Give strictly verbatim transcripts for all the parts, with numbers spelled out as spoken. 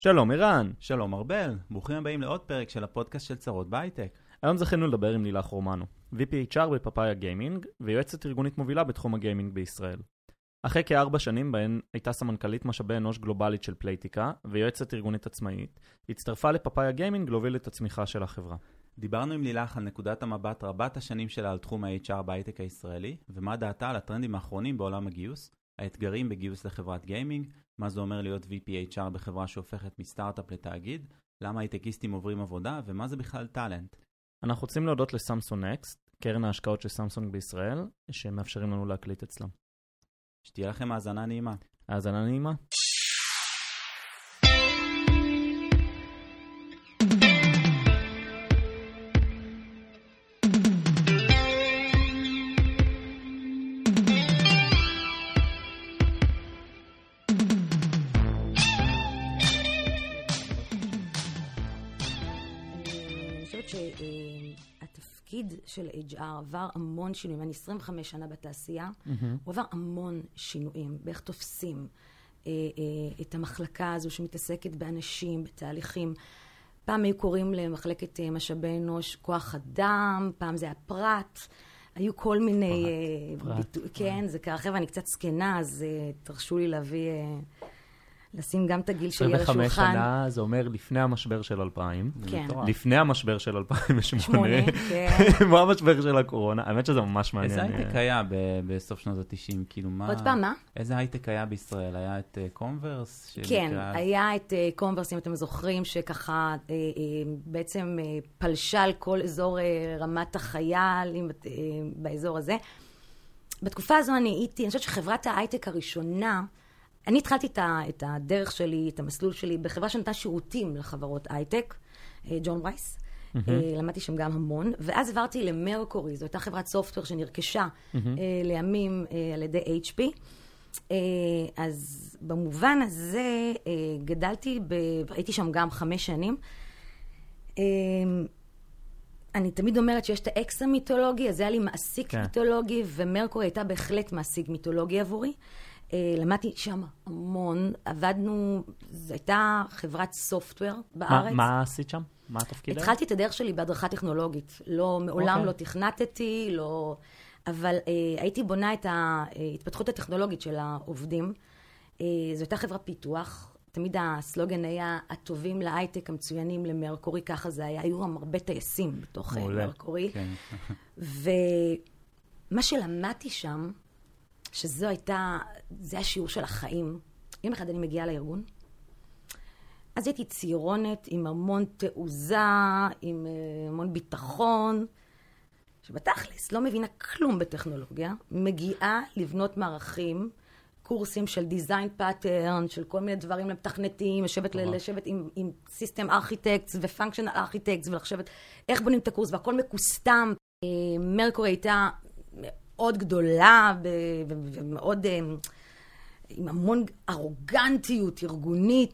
שלום ערן. שלום ארבל, ברוכים הבאים לעוד פרק של הפודקאסט של צרות בהייטק. היום זכינו לדבר עם לילך רומנו, וי פי אייץ' אר בפאפאיה גיימינג, ויועצת ארגונית מובילה בתחום הגיימינג בישראל. אחרי כארבע שנים בהן הייתה סמנכ"לית משאבי אנוש גלובלית של פלייטיקה, ויועצת ארגונית עצמאית, הצטרפה לפאפאיה גיימינג להוביל את הצמיחה של החברה. דיברנו עם לילך על נקודת המבט רבת השנים שלה על תחום ה-אייץ' אר בהייטק הישראלי, ומה דעתה על הטרנדים האחרונים בעולם הגיוס, האתגרים בגיוס לחברת גיימינג, מה זה אומר להיות וי פי אייץ' אר בחברה שהופכת מסטארט-אפ לתאגיד, למה הייטקיסטים עוברים עבודה, ומה זה בכלל טלנט. אנחנו רוצים להודות לסמסונג נקסט, קרן ההשקעות של סמסונג בישראל, שמאפשרים לנו להקליט אצלם. שתהיה לכם האזנה נעימה. האזנה נעימה. התפקיד של אייץ' אר עבר המון שינויים. אני עשרים וחמש שנה בתעשייה, mm-hmm. הוא עבר המון שינויים, באיך תופסים אה, אה, את המחלקה הזו שמתעסקת באנשים, בתהליכים. פעם היו קוראים למחלקת אה, משאבי אנוש כוח אדם, פעם זה היה פרט, היו כל מיני... פרט, אה, פרט. ביטו... כן, זה ככה, ואני קצת זקנה, אז אה, תרשו לי להביא... אה, לשים גם את הגיל שלי על השולחן. עשרים וחמש שנה, זה אומר לפני המשבר של אלפיים. כן. לפני המשבר של אלפיים ושמונה. כן. מה המשבר של הקורונה? האמת שזה ממש מעניין. איזה הייטק היה בסוף שנות ה-תשעים? כאילו מה... עוד פעם, מה? איזה הייטק היה בישראל? היה את קונברס? כן, היה את קונברס, אם אתם זוכרים, שככה בעצם פלשה על כל אזור רמת החייל, באזור הזה. בתקופה הזו אני הייתי, אני חושבת שחברת ההייטק הראשונה, אני התחלתי את הדרך שלי, את המסלול שלי, בחברה שנתנה שירותים לחברות הייטק, ג'ון ברייס. למדתי שם גם המון, ואז עברתי למרקורי, זו הייתה חברת סופטוור שנרכשה לימים על ידי אייץ' פי. אז במובן הזה גדלתי, הייתי שם גם חמש שנים. אני תמיד אומרת שיש את האקס המיתולוגי, אז זה היה לי מעסיק מיתולוגי, ומרקורי הייתה בהחלט מעסיק מיתולוגי עבורי. למדתי שם המון, עבדנו, זו הייתה חברת סופטוור בארץ. מה עשית שם? מה התפקיד? התחלתי את הדרך שלי בהדרכה טכנולוגית. לא, מעולם לא תכנתתי, לא... אבל הייתי בונה את ההתפתחות הטכנולוגית של העובדים. זו הייתה חברה פיתוח. תמיד הסלוגן היה הטובים להייטק, המצוינים למרקורי, ככה זה היה. היו הרבה טייסים בתוך מרקורי. ומה שלמדתי שם, שזו הייתה, זה השיעור של החיים. יום אחד אני מגיעה לארגון, אז הייתי צעירונת עם המון תעוזה, עם המון ביטחון, שבתכלס לא מבינה כלום בטכנולוגיה, מגיעה לבנות מערכים, קורסים של דיזיין פאטרן, של כל מיני דברים למתכנתים, לשבת, לשבת עם, עם סיסטם ארכיטקטס ופונקשיונל ארכיטקטס, ולחשבת איך בונים את הקורס, והכל מקוסטם. מרקורי הייתה מאוד גדולה ומאוד עם המון ארוגנטיות ארגונית.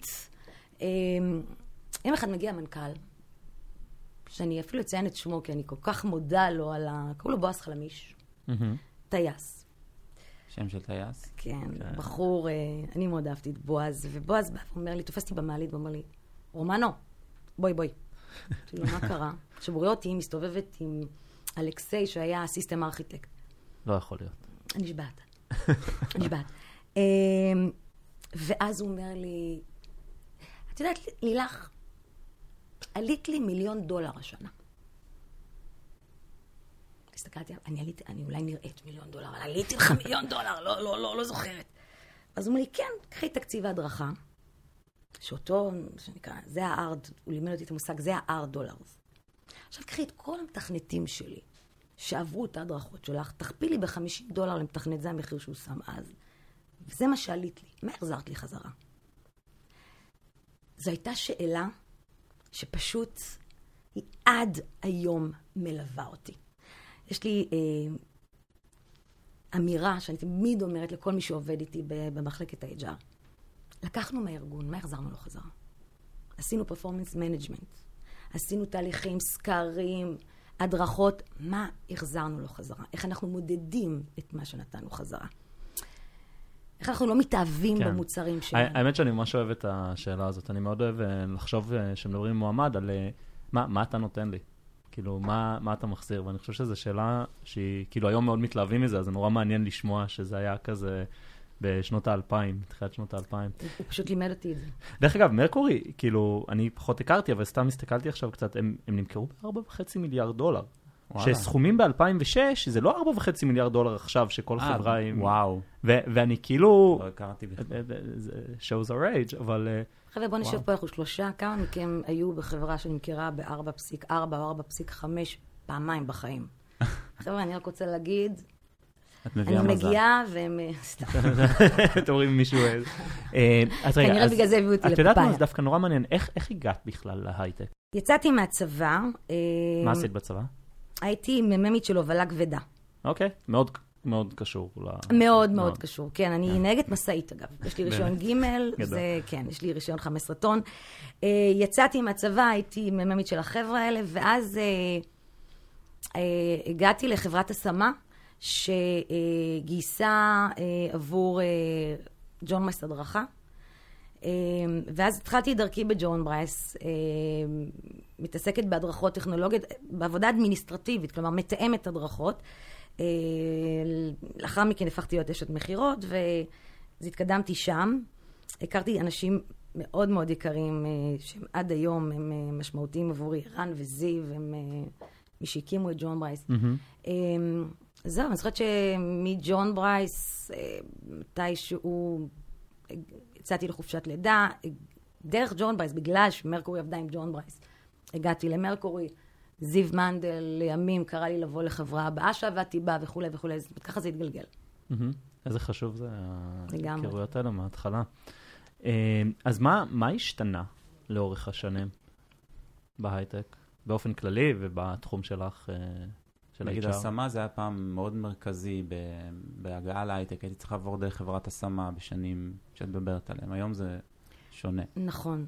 יום אחד מגיע המנכ"ל, שאני אפילו אציין את שמו, כי אני כל כך מודה לו על ה... קראו לו בועז חלמיש, טייס. שם של טייס? כן, בחור, אני מאוד אהבתי את בועז, ובועז בא ואומר לי, תופסתי במעלית ואומר לי, רומנו, בואי בואי. אמרתי לו, מה קרה? עכשיו רואה אותי מסתובבת עם אלכסי, שהיה סיסטם ארכיטקט. לא יכול להיות. נשבעת. נשבעת. ואז הוא אומר לי, את יודעת, לילך, עלית לי מיליון דולר השנה. הסתכלתי, אני עליתי, אני אולי נראית מיליון דולר, אבל עליתי לך מיליון דולר, לא, לא, לא, לא זוכרת. אז הוא אומר לי, כן, קחי תקציב ההדרכה, שאותו, שנקרא, זה הארד, הוא לימד אותי את המושג, זה הארד דולרס. עכשיו, קחי את כל המתכנתים שלי, שעברו את ההדרכות שלך, תכפילי ב-חמישים דולר למתכנת, זה המחיר שהוא שם אז. וזה מה שעלית לי. מה החזרת לי חזרה? זו הייתה שאלה שפשוט היא עד היום מלווה אותי. יש לי אה, אמירה שאני תמיד אומרת לכל מי שעובד איתי במחלקת ה-אייץ' אר. לקחנו מהארגון, מה החזרנו לו חזרה? עשינו פרפורמנס מנג'מנט. עשינו תהליכים, סקרים, הדרכות, מה החזרנו לו חזרה? איך אנחנו מודדים את מה שנתנו חזרה? איך אנחנו לא מתאהבים כן. במוצרים שלנו. האמת שאני ממש אוהב את השאלה הזאת. אני מאוד אוהב לחשוב שמדברים עם מועמד על מה, מה אתה נותן לי. כאילו, מה, מה אתה מחזיר? ואני חושב שזו שאלה שהיא, כאילו, היום מאוד מתלהבים מזה, אז זה נורא מעניין לשמוע שזה היה כזה בשנות האלפיים, תחילת שנות האלפיים. הוא פשוט לימד אותי את זה. דרך אגב, מרקורי, כאילו, אני פחות הכרתי, אבל סתם הסתכלתי עכשיו קצת, הם, הם נמכרו ב-ארבע וחצי מיליארד דולר. שסכומים ב-אלפיים ושש, זה לא ארבע וחצי מיליארד דולר עכשיו, שכל חברה עם... וואו. ואני כאילו... לא הכרתי בכלל. זה shows our age, אבל... חבר'ה, בוא נשב פה, אנחנו שלושה. כמה מכם היו בחברה שנמכרה ב-ארבע נקודה ארבע או ארבע נקודה חמש פעמיים בחיים? חבר'ה, אני רק רוצה להגיד... אני מגיעה והם... אתם אומרים מישהו... אז רגע, כנראה בגלל זה הביאו אותי את יודעת מה? לפאפאיה. זה דווקא נורא מעניין. איך הגעת בכלל להייטק? יצאתי מהצבא. מה עשית בצבא? הייתי מממית של הובלה כבדה. אוקיי, מאוד מאוד קשור. מאוד מאוד קשור, כן. אני נהגת מסעית, אגב. יש לי רישיון ג' זה, כן, יש לי רישיון חמש עשרה טון. יצאתי מהצבא, הייתי מממית של החבר'ה האלה, ואז הגעתי לחברת השמה, שגייסה עבור ג'ון ברייס הדרכה. ואז התחלתי דרכי בג'ון ברייס, מתעסקת בהדרכות טכנולוגיות, בעבודה אדמיניסטרטיבית, כלומר מתאמת הדרכות. לאחר מכן הפכתי להיות אשת מחירות, אז התקדמתי שם. הכרתי אנשים מאוד מאוד יקרים, שהם עד היום הם משמעותיים עבורי, רן וזיו, הם מי שהקימו את ג'ון ברייס. זהו, אני זוכרת שמג'ון ברייס, מתישהו יצאתי לחופשת לידה, דרך ג'ון ברייס, בגלל שמרקורי עבדה עם ג'ון ברייס, הגעתי למרקורי, זיו מנדל לימים קרא לי לבוא לחברה הבאה שעבדתי בה וכו' וכו', ככה זה התגלגל. איזה חשוב זה, ההיכרויות האלה מההתחלה. אז מה השתנה לאורך השנים בהייטק? באופן כללי ובתחום שלך? נגיד, השמה זה היה פעם מאוד מרכזי בהגעה להייטק. הייתי צריך לעבור דרך חברת השמה בשנים שאת מדברת עליהם. היום זה שונה. נכון.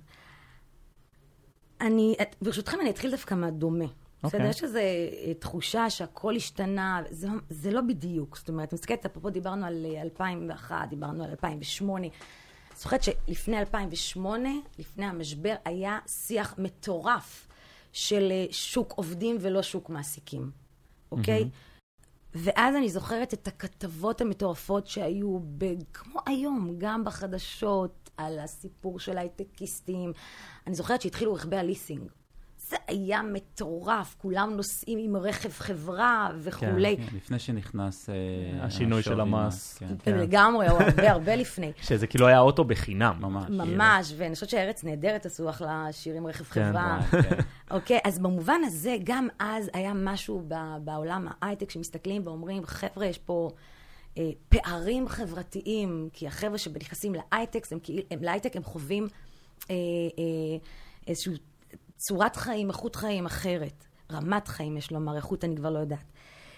אני, ברשותכם, אני אתחיל דווקא מהדומה. בסדר, יש איזו תחושה שהכל השתנה, זה לא בדיוק. זאת אומרת, מסתכלת, אפרופו דיברנו על אלפיים ואחת, דיברנו על אלפיים ושמונה. זוכרת שלפני אלפיים ושמונה, לפני המשבר, היה שיח מטורף של שוק עובדים ולא שוק מעסיקים. אוקיי? ואז אני זוכרת את הכתבות המטורפות שהיו, כמו היום, גם בחדשות, על הסיפור של הייטקיסטים. אני זוכרת שהתחילו רכבי הליסינג. זה היה מטורף, כולם נוסעים עם רכב חברה וכולי. כן, לפני שנכנס השינוי של המס. לגמרי, או הרבה הרבה לפני. שזה כאילו היה אוטו בחינם. ממש. ממש, ואני חושבת שהארץ נהדרת עשו אחלה שירים רכב חברה. אוקיי, אז במובן הזה, גם אז היה משהו בעולם ההייטק שמסתכלים ואומרים, חבר'ה, יש פה פערים חברתיים, כי החבר'ה שנכנסים להייטק, להייטק הם חווים איזשהו צורת חיים, איכות חיים אחרת. רמת חיים, יש לומר, איכות אני כבר לא יודעת.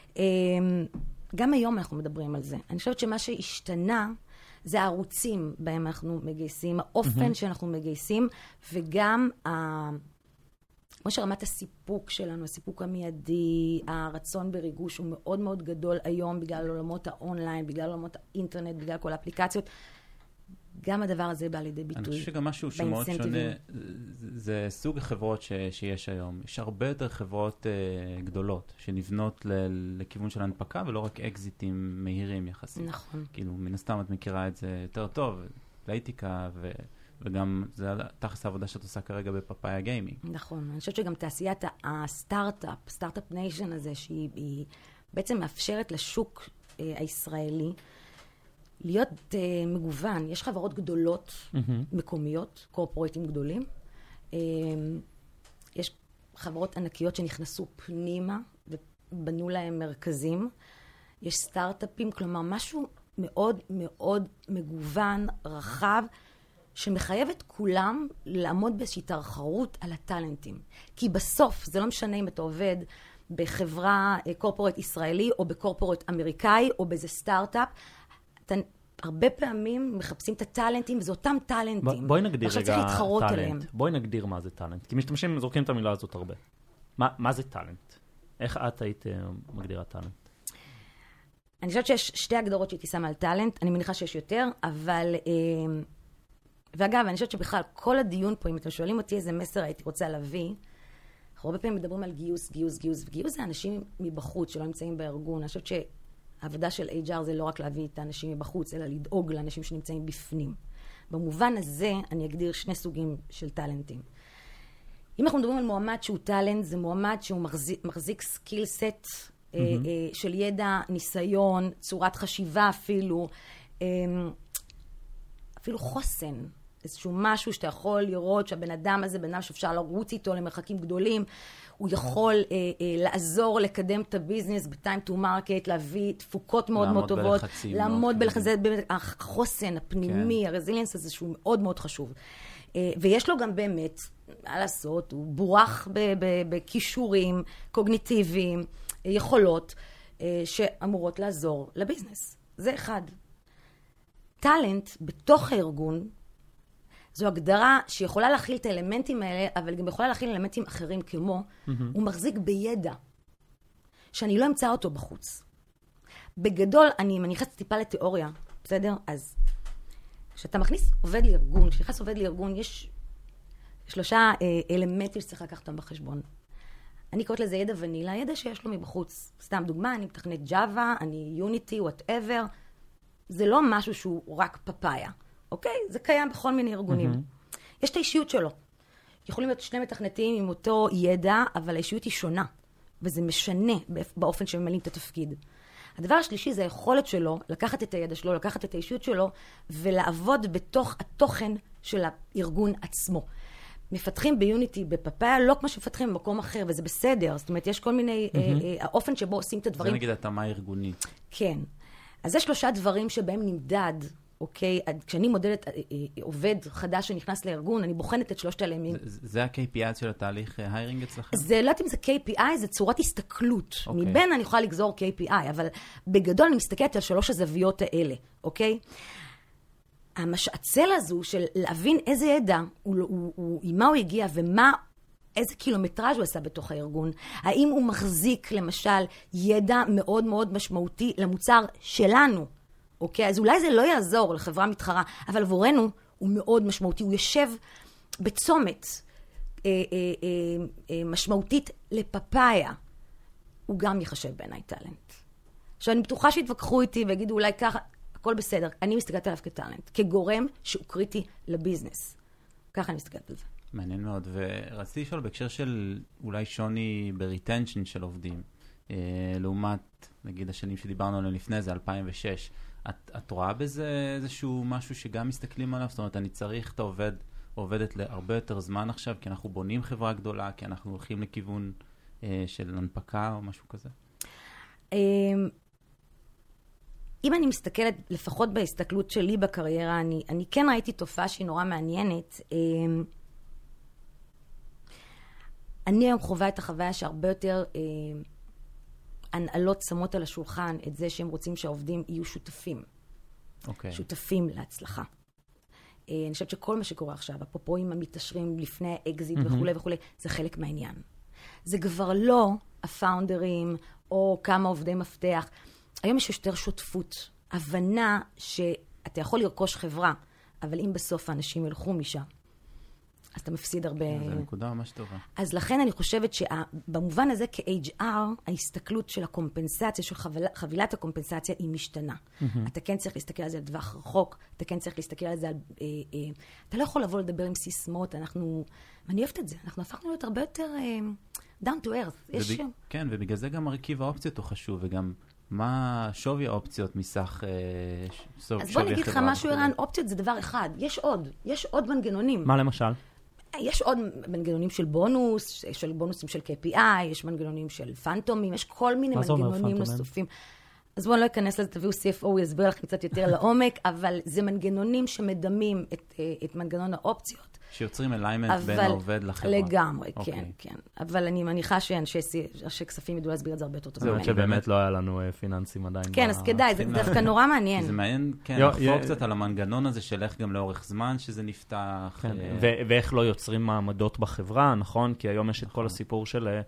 גם היום אנחנו מדברים על זה. אני חושבת שמה שהשתנה זה הערוצים בהם אנחנו מגייסים, האופן שאנחנו מגייסים, וגם כמו שרמת הסיפוק שלנו, הסיפוק המיידי, הרצון בריגוש הוא מאוד מאוד גדול היום בגלל עולמות האונליין, בגלל עולמות האינטרנט, בגלל כל האפליקציות. גם הדבר הזה בא לידי ביטוי. אני חושב שגם משהו שמאוד שונה, זה סוג החברות שיש היום. יש הרבה יותר חברות גדולות שנבנות לכיוון של הנפקה, ולא רק אקזיטים מהירים יחסית. נכון. כאילו, מן הסתם את מכירה את זה יותר טוב, פלייטיקה, וגם זה תחס העבודה שאת עושה כרגע בפאפאיה גיימינג. נכון. אני חושבת שגם תעשיית הסטארט-אפ, סטארט-אפ ניישן הזה, שהיא בעצם מאפשרת לשוק הישראלי, להיות uh, מגוון. יש חברות גדולות, mm-hmm. מקומיות, קורפורטים גדולים. Um, יש חברות ענקיות שנכנסו פנימה ובנו להם מרכזים. יש סטארט-אפים, כלומר, משהו מאוד מאוד מגוון, רחב, שמחייב את כולם לעמוד באיזושהי תחרות על הטלנטים. כי בסוף, זה לא משנה אם אתה עובד בחברה קורפורט ישראלי, או בקורפורט אמריקאי, או באיזה סטארט-אפ, הרבה פעמים מחפשים את הטלנטים, וזה אותם טלנטים. בואי נגדיר רגע טלנט. בואי נגדיר מה זה טלנט. כי משתמשים, זורקים את המילה הזאת הרבה. מה, מה זה טלנט? איך את היית מגדירה טלנט? אני חושבת שיש שתי הגדרות שהייתי שמה על טלנט, אני מניחה שיש יותר, אבל... ואגב, אני חושבת שבכלל, כל הדיון פה, אם אתם שואלים אותי איזה מסר הייתי רוצה להביא, אנחנו הרבה פעמים מדברים על גיוס, גיוס, גיוס, וגיוס זה אנשים מבחוץ שלא נמצאים בארגון. אני חושבת שהעבודה של אייץ' אר זה לא רק להביא את האנשים מבחוץ, אלא לדאוג לאנשים שנמצאים בפנים. במובן הזה, אני אגדיר שני סוגים של טלנטים. אם אנחנו מדברים על מועמד שהוא טלנט, זה מועמד שהוא מחזיק, מחזיק סקיל סט mm-hmm. של ידע, ניסיון, צורת חשיבה אפילו, אפילו חוסן. איזשהו משהו שאתה יכול לראות שהבן אדם הזה, בן אדם שאפשר לרוץ איתו למרחקים גדולים, הוא יכול אה, אה, לעזור לקדם את הביזנס ב-time to market, להביא תפוקות מאוד מאוד טובות, לעמוד בלחצים, זה באמת החוסן הפנימי, כן. הרזיליאנס הזה שהוא מאוד מאוד חשוב. אה, ויש לו גם באמת, מה לעשות, הוא בורח בכישורים קוגניטיביים, יכולות, אה, שאמורות לעזור לביזנס. זה אחד. טלנט בתוך הארגון, זו הגדרה שיכולה להכיל את האלמנטים האלה, אבל גם יכולה להכיל אלמנטים אחרים כמו, mm-hmm. הוא מחזיק בידע, שאני לא אמצא אותו בחוץ. בגדול, אני מניחה טיפה לתיאוריה, בסדר? אז כשאתה מכניס עובד לארגון, כשנכנס עובד לארגון, יש שלושה אה, אלמנטים שצריך לקחת אותם בחשבון. אני קוראת לזה ידע ונילה, ידע שיש לו מבחוץ. סתם דוגמה, אני מתכנת ג'אווה, אני יוניטי, whatever. זה לא משהו שהוא רק פפאיה. אוקיי? זה קיים בכל מיני ארגונים. Mm-hmm. יש את האישיות שלו. יכולים להיות שני מתכנתים עם אותו ידע, אבל האישיות היא שונה. וזה משנה באופן שממלאים את התפקיד. הדבר השלישי זה היכולת שלו, לקחת את הידע שלו, לקחת את האישיות שלו, ולעבוד בתוך התוכן של הארגון עצמו. מפתחים ביוניטי בפאפאיה, לא כמו שמפתחים במקום אחר, וזה בסדר. זאת אומרת, יש כל מיני, mm-hmm. אה, אה, האופן שבו עושים את הדברים. זה נגיד התאמה ארגונית. כן. אז יש שלושה דברים שבהם נמדד, אוקיי? כשאני מודדת עובד חדש שנכנס לארגון, אני בוחנת את שלושת האלמנטים. זה ה-קיי פי איי של התהליך היירינג אצלכם? זה לא יודעת אם זה קיי פי איי, זה צורת הסתכלות. מבין אני יכולה לגזור קיי פי איי, אבל בגדול אני מסתכלת על שלוש הזוויות האלה, אוקיי? המשעצל הזו של להבין איזה ידע, עם מה הוא הגיע ומה, איזה קילומטראז' הוא עשה בתוך הארגון. האם הוא מחזיק, למשל, ידע מאוד מאוד משמעותי למוצר שלנו, אוקיי? אז אולי זה לא יעזור לחברה מתחרה, אבל עבורנו הוא מאוד משמעותי. הוא יושב בצומת אה, אה, אה, אה, משמעותית לפפאיה. הוא גם יחשב בעיניי טלנט. עכשיו, אני בטוחה שהתווכחו איתי ויגידו אולי ככה, הכל בסדר. אני מסתכלת עליו כטלנט, כגורם שהוא קריטי לביזנס. ככה אני מסתכלת על זה. מעניין מאוד. ורציתי לשאול בהקשר של אולי שוני בריטנשן של עובדים, אה, לעומת, נגיד, השנים שדיברנו עליהם לפני זה, אלפיים ושש. את, את רואה בזה איזשהו משהו שגם מסתכלים עליו? זאת אומרת, אני צריך את העובד, עובדת להרבה יותר זמן עכשיו, כי אנחנו בונים חברה גדולה, כי אנחנו הולכים לכיוון אה, של הנפקה או משהו כזה? אם אני מסתכלת, לפחות בהסתכלות שלי בקריירה, אני, אני כן ראיתי תופעה שהיא נורא מעניינת. אני היום חווה את החוויה שהרבה יותר הנהלות שמות על השולחן את זה שהם רוצים שהעובדים יהיו שותפים. Okay. שותפים להצלחה. אני חושבת שכל מה שקורה עכשיו, אפרופו עם המתעשרים לפני האקזיט mm-hmm. וכו' וכו', זה חלק מהעניין. זה כבר לא הפאונדרים או כמה עובדי מפתח. היום יש יותר שותפות, הבנה שאתה יכול לרכוש חברה, אבל אם בסוף האנשים ילכו משם, אז אתה מפסיד הרבה... זו נקודה ממש טובה. אז לכן אני חושבת שבמובן הזה כ-אייץ' אר, ההסתכלות של הקומפנסציה, של חבילת הקומפנסציה, היא משתנה. אתה כן צריך להסתכל על זה על טווח רחוק, אתה כן צריך להסתכל על זה על... אתה לא יכול לבוא לדבר עם סיסמות, אנחנו... ואני אוהבת את זה, אנחנו הפכנו להיות הרבה יותר down to earth. כן, ובגלל זה גם מרכיב האופציות הוא חשוב, וגם... מה שווי האופציות מסך שווי החברה? אז בוא נגיד לך משהו, ערן, אופציות זה דבר אחד. יש עוד, יש עוד מנגנונים. מה למשל? יש עוד מנגנונים של בונוס, של בונוסים של קיי פי איי, יש מנגנונים של פנטומים, יש כל מיני מנגנונים נוספים. אז בואו לא אכנס לזה, תביאו סי אף או, הוא יסביר לכם קצת יותר לעומק, אבל זה מנגנונים שמדמים את, את מנגנון האופציות. שיוצרים אליימנט בין העובד לחברה. לגמרי, okay. כן, כן. אבל אני מניחה שאנשי כספים ידעו להסביר את זה הרבה יותר טוב. זהו, שבאמת לא היה לנו פיננסים עדיין. כן, אז כדאי, זה דווקא נורא מעניין. זה מעניין, כן, לחפור קצת על המנגנון הזה של איך גם לאורך זמן שזה נפתח. ואיך לא יוצרים מעמדות בחברה, נכון? כי היום יש את כל הסיפור של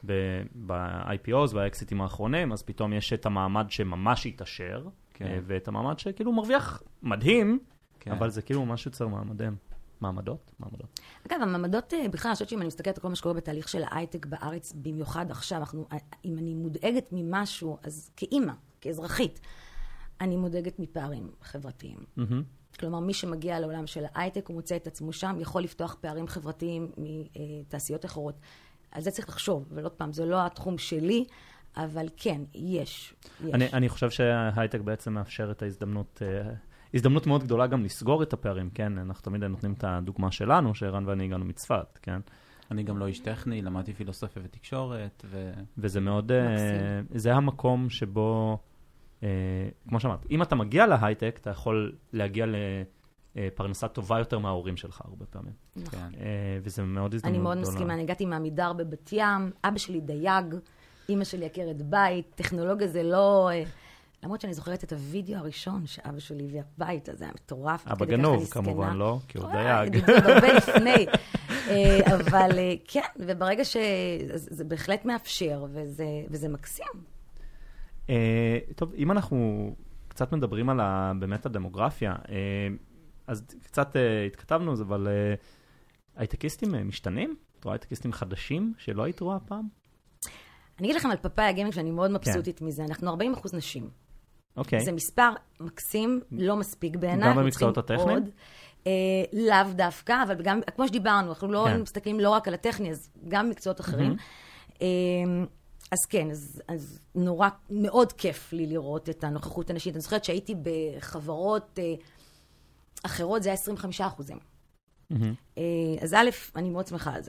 ב-איי פי או'ס והאקסיטים האחרונים, אז פתאום יש את המעמד שממש יתאשר, כן. ואת המעמד שכאילו מרוויח מדהים, כן. אבל זה כאילו ממש יוצר מעמדים. מעמדות? מעמדות. אגב, המעמדות, בכלל, אני חושבת שאם אני מסתכלת על כל מה שקורה בתהליך של ההייטק בארץ, במיוחד עכשיו, אנחנו, אם אני מודאגת ממשהו, אז כאימא, כאזרחית, אני מודאגת מפערים חברתיים. Mm-hmm. כלומר, מי שמגיע לעולם של ההייטק, הוא מוצא את עצמו שם, יכול לפתוח פערים חברתיים מתעשיות אחרות. על זה צריך לחשוב, אבל עוד פעם, זה לא התחום שלי, אבל כן, יש. יש. אני, אני חושב שההייטק בעצם מאפשר את ההזדמנות, הזדמנות מאוד גדולה גם לסגור את הפערים, כן? אנחנו תמיד נותנים את הדוגמה שלנו, שערן ואני הגענו מצפת, כן? אני גם לא איש טכני, למדתי פילוסופיה ותקשורת, ו... וזה מאוד, זה המקום שבו, כמו שאמרת, אם אתה מגיע להייטק, אתה יכול להגיע לפרנסה טובה יותר מההורים שלך הרבה פעמים. נכון. וזה מאוד הזדמנות גדולה. אני מאוד גדולה. מסכימה, אני הגעתי מעמידר בבת ים, אבא שלי דייג, אמא שלי עקרת בית, טכנולוגיה זה לא... למרות שאני זוכרת את הוידאו הראשון שאבא שלי הביא בית, אז זה היה מטורף. אבא גנוב, כמובן, לא? כי הוא דייג. דיבר הרבה לפני. אבל כן, וברגע שזה בהחלט מאפשר, וזה מקסים. טוב, אם אנחנו קצת מדברים על באמת הדמוגרפיה, אז קצת התכתבנו, אבל הייטקיסטים משתנים? את רואה הייטקיסטים חדשים שלא היית רואה פעם? אני אגיד לכם על פפאיה גיימינג שאני מאוד מבסוטית מזה. אנחנו ארבעים אחוז נשים. אוקיי. זה מספר מקסים, לא מספיק בעיניי. גם במקצועות הטכניים? לאו דווקא, אבל גם, כמו שדיברנו, אנחנו לא מסתכלים לא רק על הטכני, אז גם מקצועות אחרים. אז כן, אז נורא, מאוד כיף לי לראות את הנוכחות הנשית. אני זוכרת שהייתי בחברות אחרות, זה היה עשרים וחמישה אחוזים. אז א', אני מאוד שמחה על זה.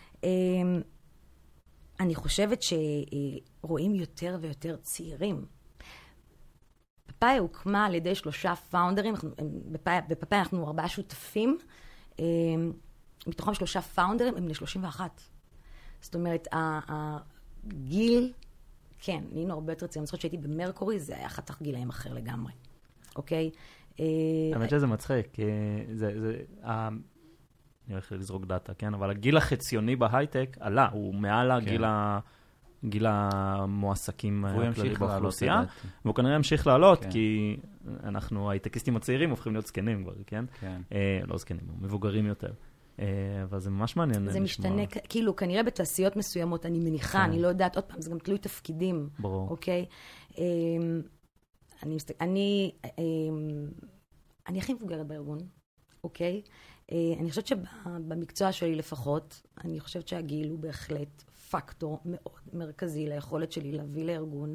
אני חושבת שרואים יותר ויותר צעירים. פפאיה הוקמה על ידי שלושה פאונדרים, בפפאיה אנחנו ארבעה שותפים, מתוכם שלושה פאונדרים, הם ל-שלושים ואחת. זאת אומרת, הגיל, כן, נהיינו הרבה יותר צעירים. אני חושבת שהייתי במרקורי, זה היה חתך גילאים אחר לגמרי. אוקיי? האמת שזה מצחיק, כי זה... אני הולך לזרוק דאטה, כן? אבל הגיל החציוני בהייטק עלה, הוא מעל הגיל ה... גיל המועסקים הכללי באוכלוסייה, והוא כנראה ימשיך לעלות, כי אנחנו, הייטקיסטים הצעירים, הופכים להיות זקנים כבר, כן? לא זקנים, מבוגרים יותר. אבל זה ממש מעניין. זה משתנה, כאילו, כנראה בתעשיות מסוימות, אני מניחה, אני לא יודעת, עוד פעם, זה גם תלוי תפקידים. ברור. אוקיי? אני אני הכי מבוגרת בארגון, אוקיי? אני חושבת שבמקצוע שלי לפחות, אני חושבת שהגיל הוא בהחלט פקטור מאוד מרכזי ליכולת שלי להביא לארגון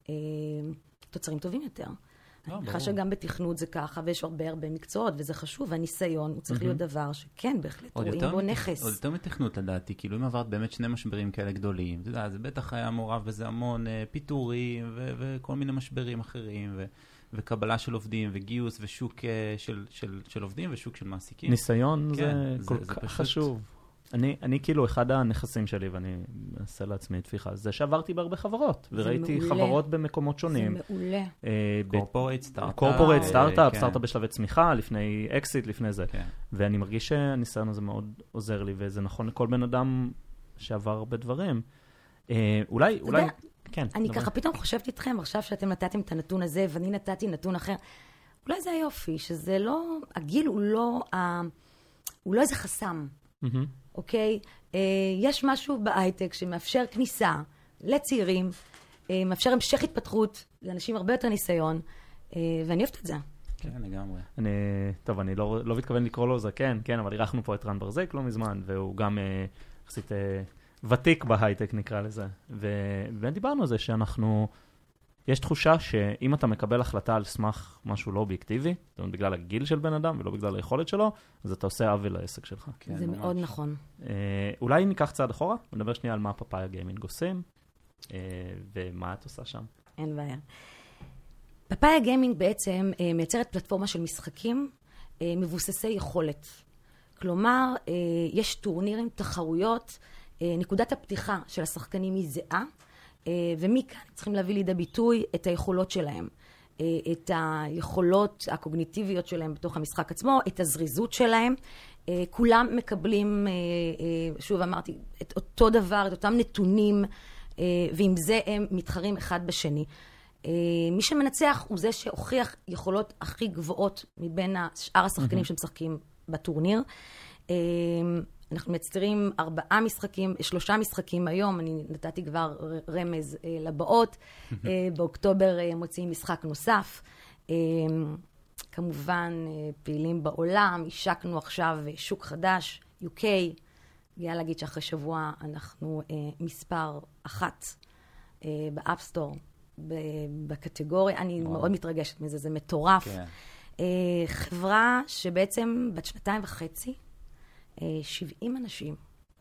תוצרים טובים יותר. אני חושבת שגם בתכנות זה ככה, ויש הרבה הרבה מקצועות, וזה חשוב, והניסיון הוא צריך להיות דבר שכן, בהחלט רואים בו נכס. עוד יותר מתכנות לדעתי, כאילו אם עברת באמת שני משברים כאלה גדולים, אתה יודע, זה בטח היה מעורב בזה המון פיטורים וכל מיני משברים אחרים, ו... וקבלה של עובדים, וגיוס, ושוק של, של, של עובדים, ושוק של מעסיקים. ניסיון כן, זה, זה כל זה כך פשוט... חשוב. אני, אני כאילו, אחד הנכסים שלי, ואני אעשה לעצמי תפיחה, זה שעברתי בהרבה חברות, וראיתי מעולה. חברות במקומות שונים. זה מעולה. קורפורייט, סטארט-אפ. קורפורייט, סטארט-אפ, סטארט-אפ בשלבי צמיחה, לפני אקסיט, לפני זה. כן. ואני מרגיש שהניסיון הזה מאוד עוזר לי, וזה נכון לכל בן אדם שעבר הרבה דברים. אולי, אולי... כן, אני דבר. ככה פתאום חושבת איתכם, עכשיו שאתם נתתם את הנתון הזה, ואני נתתי נתון אחר, אולי זה היופי, שזה לא, הגיל הוא לא, הוא לא איזה חסם, mm-hmm. אוקיי? יש משהו בהייטק שמאפשר כניסה לצעירים, מאפשר המשך התפתחות, לאנשים הרבה יותר ניסיון, ואני אוהבת את זה. כן, לגמרי. אני, טוב, אני לא, לא מתכוון לקרוא לו זה, כן, כן, אבל אירחנו פה את רן ברזק לא מזמן, והוא גם יחסית... ותיק בהייטק נקרא לזה, ודיברנו על זה שאנחנו, יש תחושה שאם אתה מקבל החלטה על סמך משהו לא אובייקטיבי, זאת אומרת בגלל הגיל של בן אדם ולא בגלל היכולת שלו, אז אתה עושה עוול לעסק שלך. כן, זה ממש. מאוד נכון. אולי ניקח צעד אחורה, ונדבר שנייה על מה פפאיה גיימינג עושים, ומה את עושה שם. אין בעיה. פפאיה גיימינג בעצם מייצרת פלטפורמה של משחקים מבוססי יכולת. כלומר, יש טורנירים, תחרויות, נקודת הפתיחה של השחקנים היא זהה, ומכאן צריכים להביא לידי ביטוי את היכולות שלהם, את היכולות הקוגניטיביות שלהם בתוך המשחק עצמו, את הזריזות שלהם, כולם מקבלים, שוב אמרתי, את אותו דבר, את אותם נתונים, ועם זה הם מתחרים אחד בשני. מי שמנצח הוא זה שהוכיח יכולות הכי גבוהות מבין שאר השחקנים שמשחקים בטורניר. אנחנו מצטרים ארבעה משחקים, שלושה משחקים היום, אני נתתי כבר רמז לבאות, באוקטובר מוציאים משחק נוסף, כמובן פעילים בעולם, השקנו עכשיו שוק חדש, יו קיי, גאה להגיד שאחרי שבוע אנחנו מספר אחת באפסטור, בקטגוריה, אני מאוד מתרגשת מזה, זה מטורף. חברה שבעצם בת שנתיים וחצי, שבעים אנשים,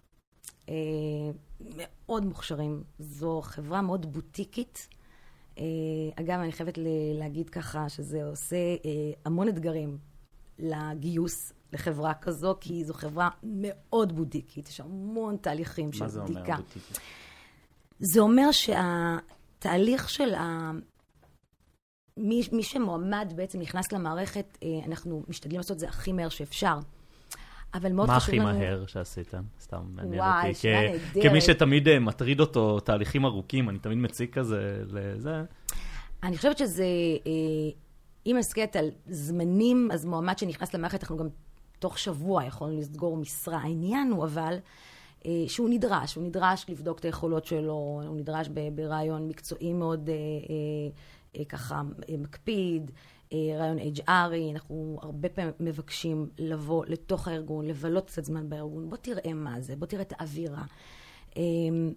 מאוד מוכשרים. זו חברה מאוד בוטיקית. אגב, אני חייבת להגיד ככה שזה עושה המון אתגרים לגיוס לחברה כזו, כי זו חברה מאוד בוטיקית. יש המון תהליכים של בדיקה. מה זה אומר בוטיקית? זה אומר שהתהליך של ה... מי, מי שמועמד בעצם נכנס למערכת, אנחנו משתדלים לעשות את זה הכי מהר שאפשר. אבל מאוד חשוב לנו... מה הכי מהר שעשיתם? סתם מעניין וואי, אותי. כ... כמי שתמיד מטריד אותו תהליכים ארוכים, אני תמיד מציג כזה לזה. אני חושבת שזה, אם נסתכלת על זמנים, אז מועמד שנכנס למערכת, אנחנו גם תוך שבוע יכולנו לסגור משרה. העניין הוא אבל שהוא נדרש, הוא נדרש לבדוק את היכולות שלו, הוא נדרש ברעיון מקצועי מאוד ככה מקפיד, רעיון אייץ' אר, אנחנו הרבה פעמים מבקשים לבוא לתוך הארגון, לבלות קצת זמן בארגון, בוא תראה מה זה, בוא תראה את האווירה. אני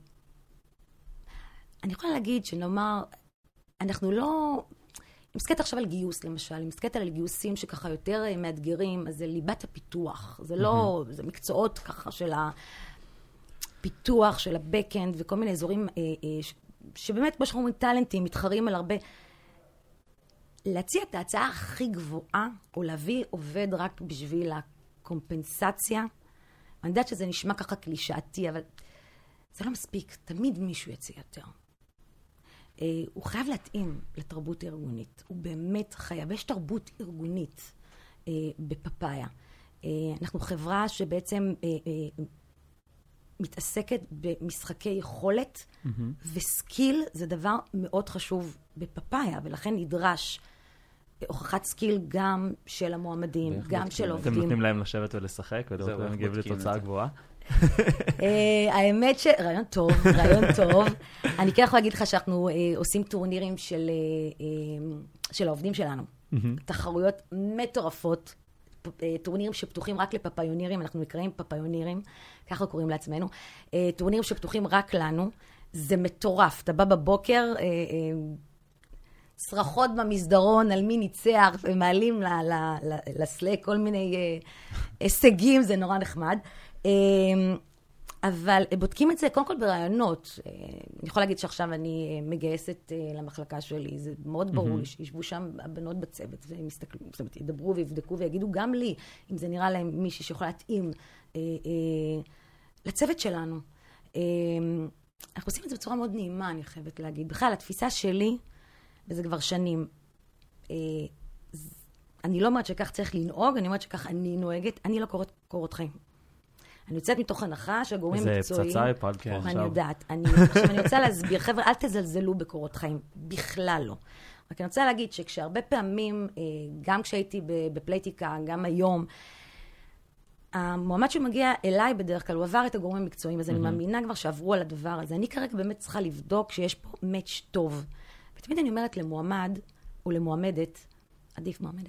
יכולה להגיד שנאמר, אנחנו לא... אם מסתכלת עכשיו על גיוס למשל, אם מסתכלת על גיוסים שככה יותר מאתגרים, אז זה ליבת הפיתוח, זה לא, זה מקצועות ככה של הפיתוח, של הבקאנד וכל מיני אזורים שבאמת כמו שאנחנו אומרים טלנטים, מתחרים על הרבה... להציע את ההצעה הכי גבוהה, או להביא עובד רק בשביל הקומפנסציה. אני יודעת שזה נשמע ככה קלישאתי, אבל זה לא מספיק. תמיד מישהו יציע יותר. Uh, הוא חייב להתאים לתרבות ארגונית. הוא באמת חייב. יש תרבות ארגונית uh, בפפאיה. Uh, אנחנו חברה שבעצם uh, uh, מתעסקת במשחקי יכולת, mm-hmm. וסקיל זה דבר מאוד חשוב בפפאיה, ולכן נדרש הוכחת סקיל גם של המועמדים, גם של עובדים. אתם נותנים להם לשבת ולשחק, ולראות להם מגיב לתוצאה גבוהה? האמת ש... רעיון טוב, רעיון טוב. אני כן יכולה להגיד לך שאנחנו עושים טורנירים של העובדים שלנו. תחרויות מטורפות, טורנירים שפתוחים רק לפפאיונירים, אנחנו נקראים פפאיונירים, ככה קוראים לעצמנו. טורנירים שפתוחים רק לנו. זה מטורף. אתה בא בבוקר... צרחות במסדרון על מי ניצח, ומעלים לסלק כל מיני הישגים, זה נורא נחמד. אבל בודקים את זה קודם כל ברעיונות. אני יכולה להגיד שעכשיו אני מגייסת למחלקה שלי, זה מאוד ברור לי שישבו שם הבנות בצוות, והם יסתכלו, זאת אומרת, ידברו ויבדקו ויגידו גם לי, אם זה נראה להם מישהי שיכול להתאים לצוות שלנו. אנחנו עושים את זה בצורה מאוד נעימה, אני חייבת להגיד. בכלל, התפיסה שלי, וזה כבר שנים, אני לא אומרת שכך צריך לנהוג, אני אומרת שכך אני נוהגת, אני לא קוראת קורות חיים. אני יוצאת מתוך הנחה שהגורמים מקצועיים... זה פצצה הפעלת פה עכשיו. אני יודעת. אני, עכשיו אני רוצה להסביר, חבר'ה, אל תזלזלו בקורות חיים, בכלל לא. רק אני רוצה להגיד שכשהרבה פעמים, גם כשהייתי בפלייטיקה, גם היום, המועמד שמגיע אליי בדרך כלל, הוא עבר את הגורמים המקצועיים, אז אני מאמינה כבר שעברו על הדבר הזה. אני כרגע באמת צריכה לבדוק שיש פה מאץ' טוב. ותמיד אני אומרת למועמד, או למועמדת, עדיף מועמדת,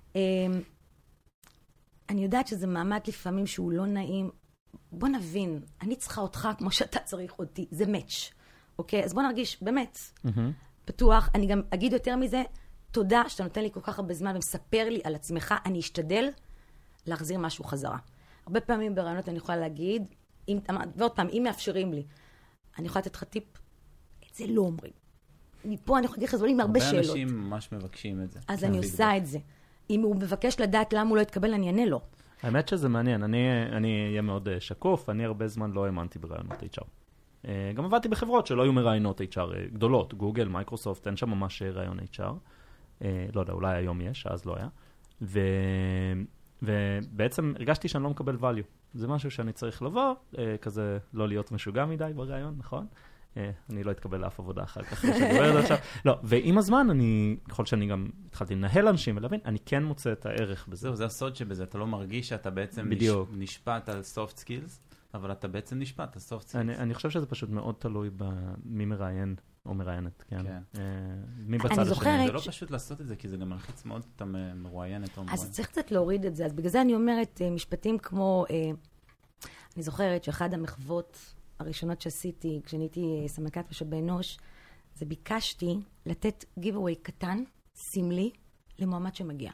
אני יודעת שזה מעמד לפעמים שהוא לא נעים. בוא נבין, אני צריכה אותך כמו שאתה צריך אותי. זה מאץ', אוקיי? אז בוא נרגיש באמת פתוח. אני גם אגיד יותר מזה, תודה שאתה נותן לי כל כך הרבה זמן ומספר לי על עצמך, אני אשתדל להחזיר משהו חזרה. הרבה פעמים ברעיונות אני יכולה להגיד, אם, ועוד פעם, אם מאפשרים לי, אני יכולה לתת לך טיפ, את זה לא אומרים. מפה אני יכולה להגיד לך, זה עולים הרבה שאלות. הרבה אנשים ממש מבקשים את זה. אז אני עושה את זה. אם הוא מבקש לדעת למה הוא לא יתקבל, אני אענה לו. האמת שזה מעניין, אני אהיה מאוד שקוף, אני הרבה זמן לא האמנתי ברעיונות אייץ' אר. גם עבדתי בחברות שלא היו מרעיונות אייץ' אר גדולות, גוגל, מייקרוסופט, אין שם ממש רעיון אייץ' אר. לא יודע, אולי היום יש, אז לא היה. ובעצם הרגשתי שאני לא מקבל value. זה משהו שאני צריך לבוא, כזה לא להיות משוגע מדי ברעיון, נכון? אני לא אתקבל לאף עבודה אחר כך, שדוברת עכשיו. לא, ועם הזמן, אני, ככל שאני גם התחלתי לנהל אנשים ולהבין, אני כן מוצא את הערך בזה. זהו, זה הסוד שבזה, אתה לא מרגיש שאתה בעצם נשפט על soft skills, אבל אתה בעצם נשפט על soft skills. אני חושב שזה פשוט מאוד תלוי במי מראיין או מראיינת, כן. מי אני בצד זוכרת השני. זה לא פשוט לעשות את זה, כי זה גם מלחיץ מאוד, אתה מרואיינת או מרואיינת. אז צריך קצת להוריד את זה, אז בגלל זה אני אומרת, משפטים כמו, אני זוכרת שאחד המחוות הראשונות שעשיתי, כשנהייתי סמנכ"לית משאבי אנוש, זה ביקשתי לתת giveaway קטן, סמלי, למועמד שמגיע.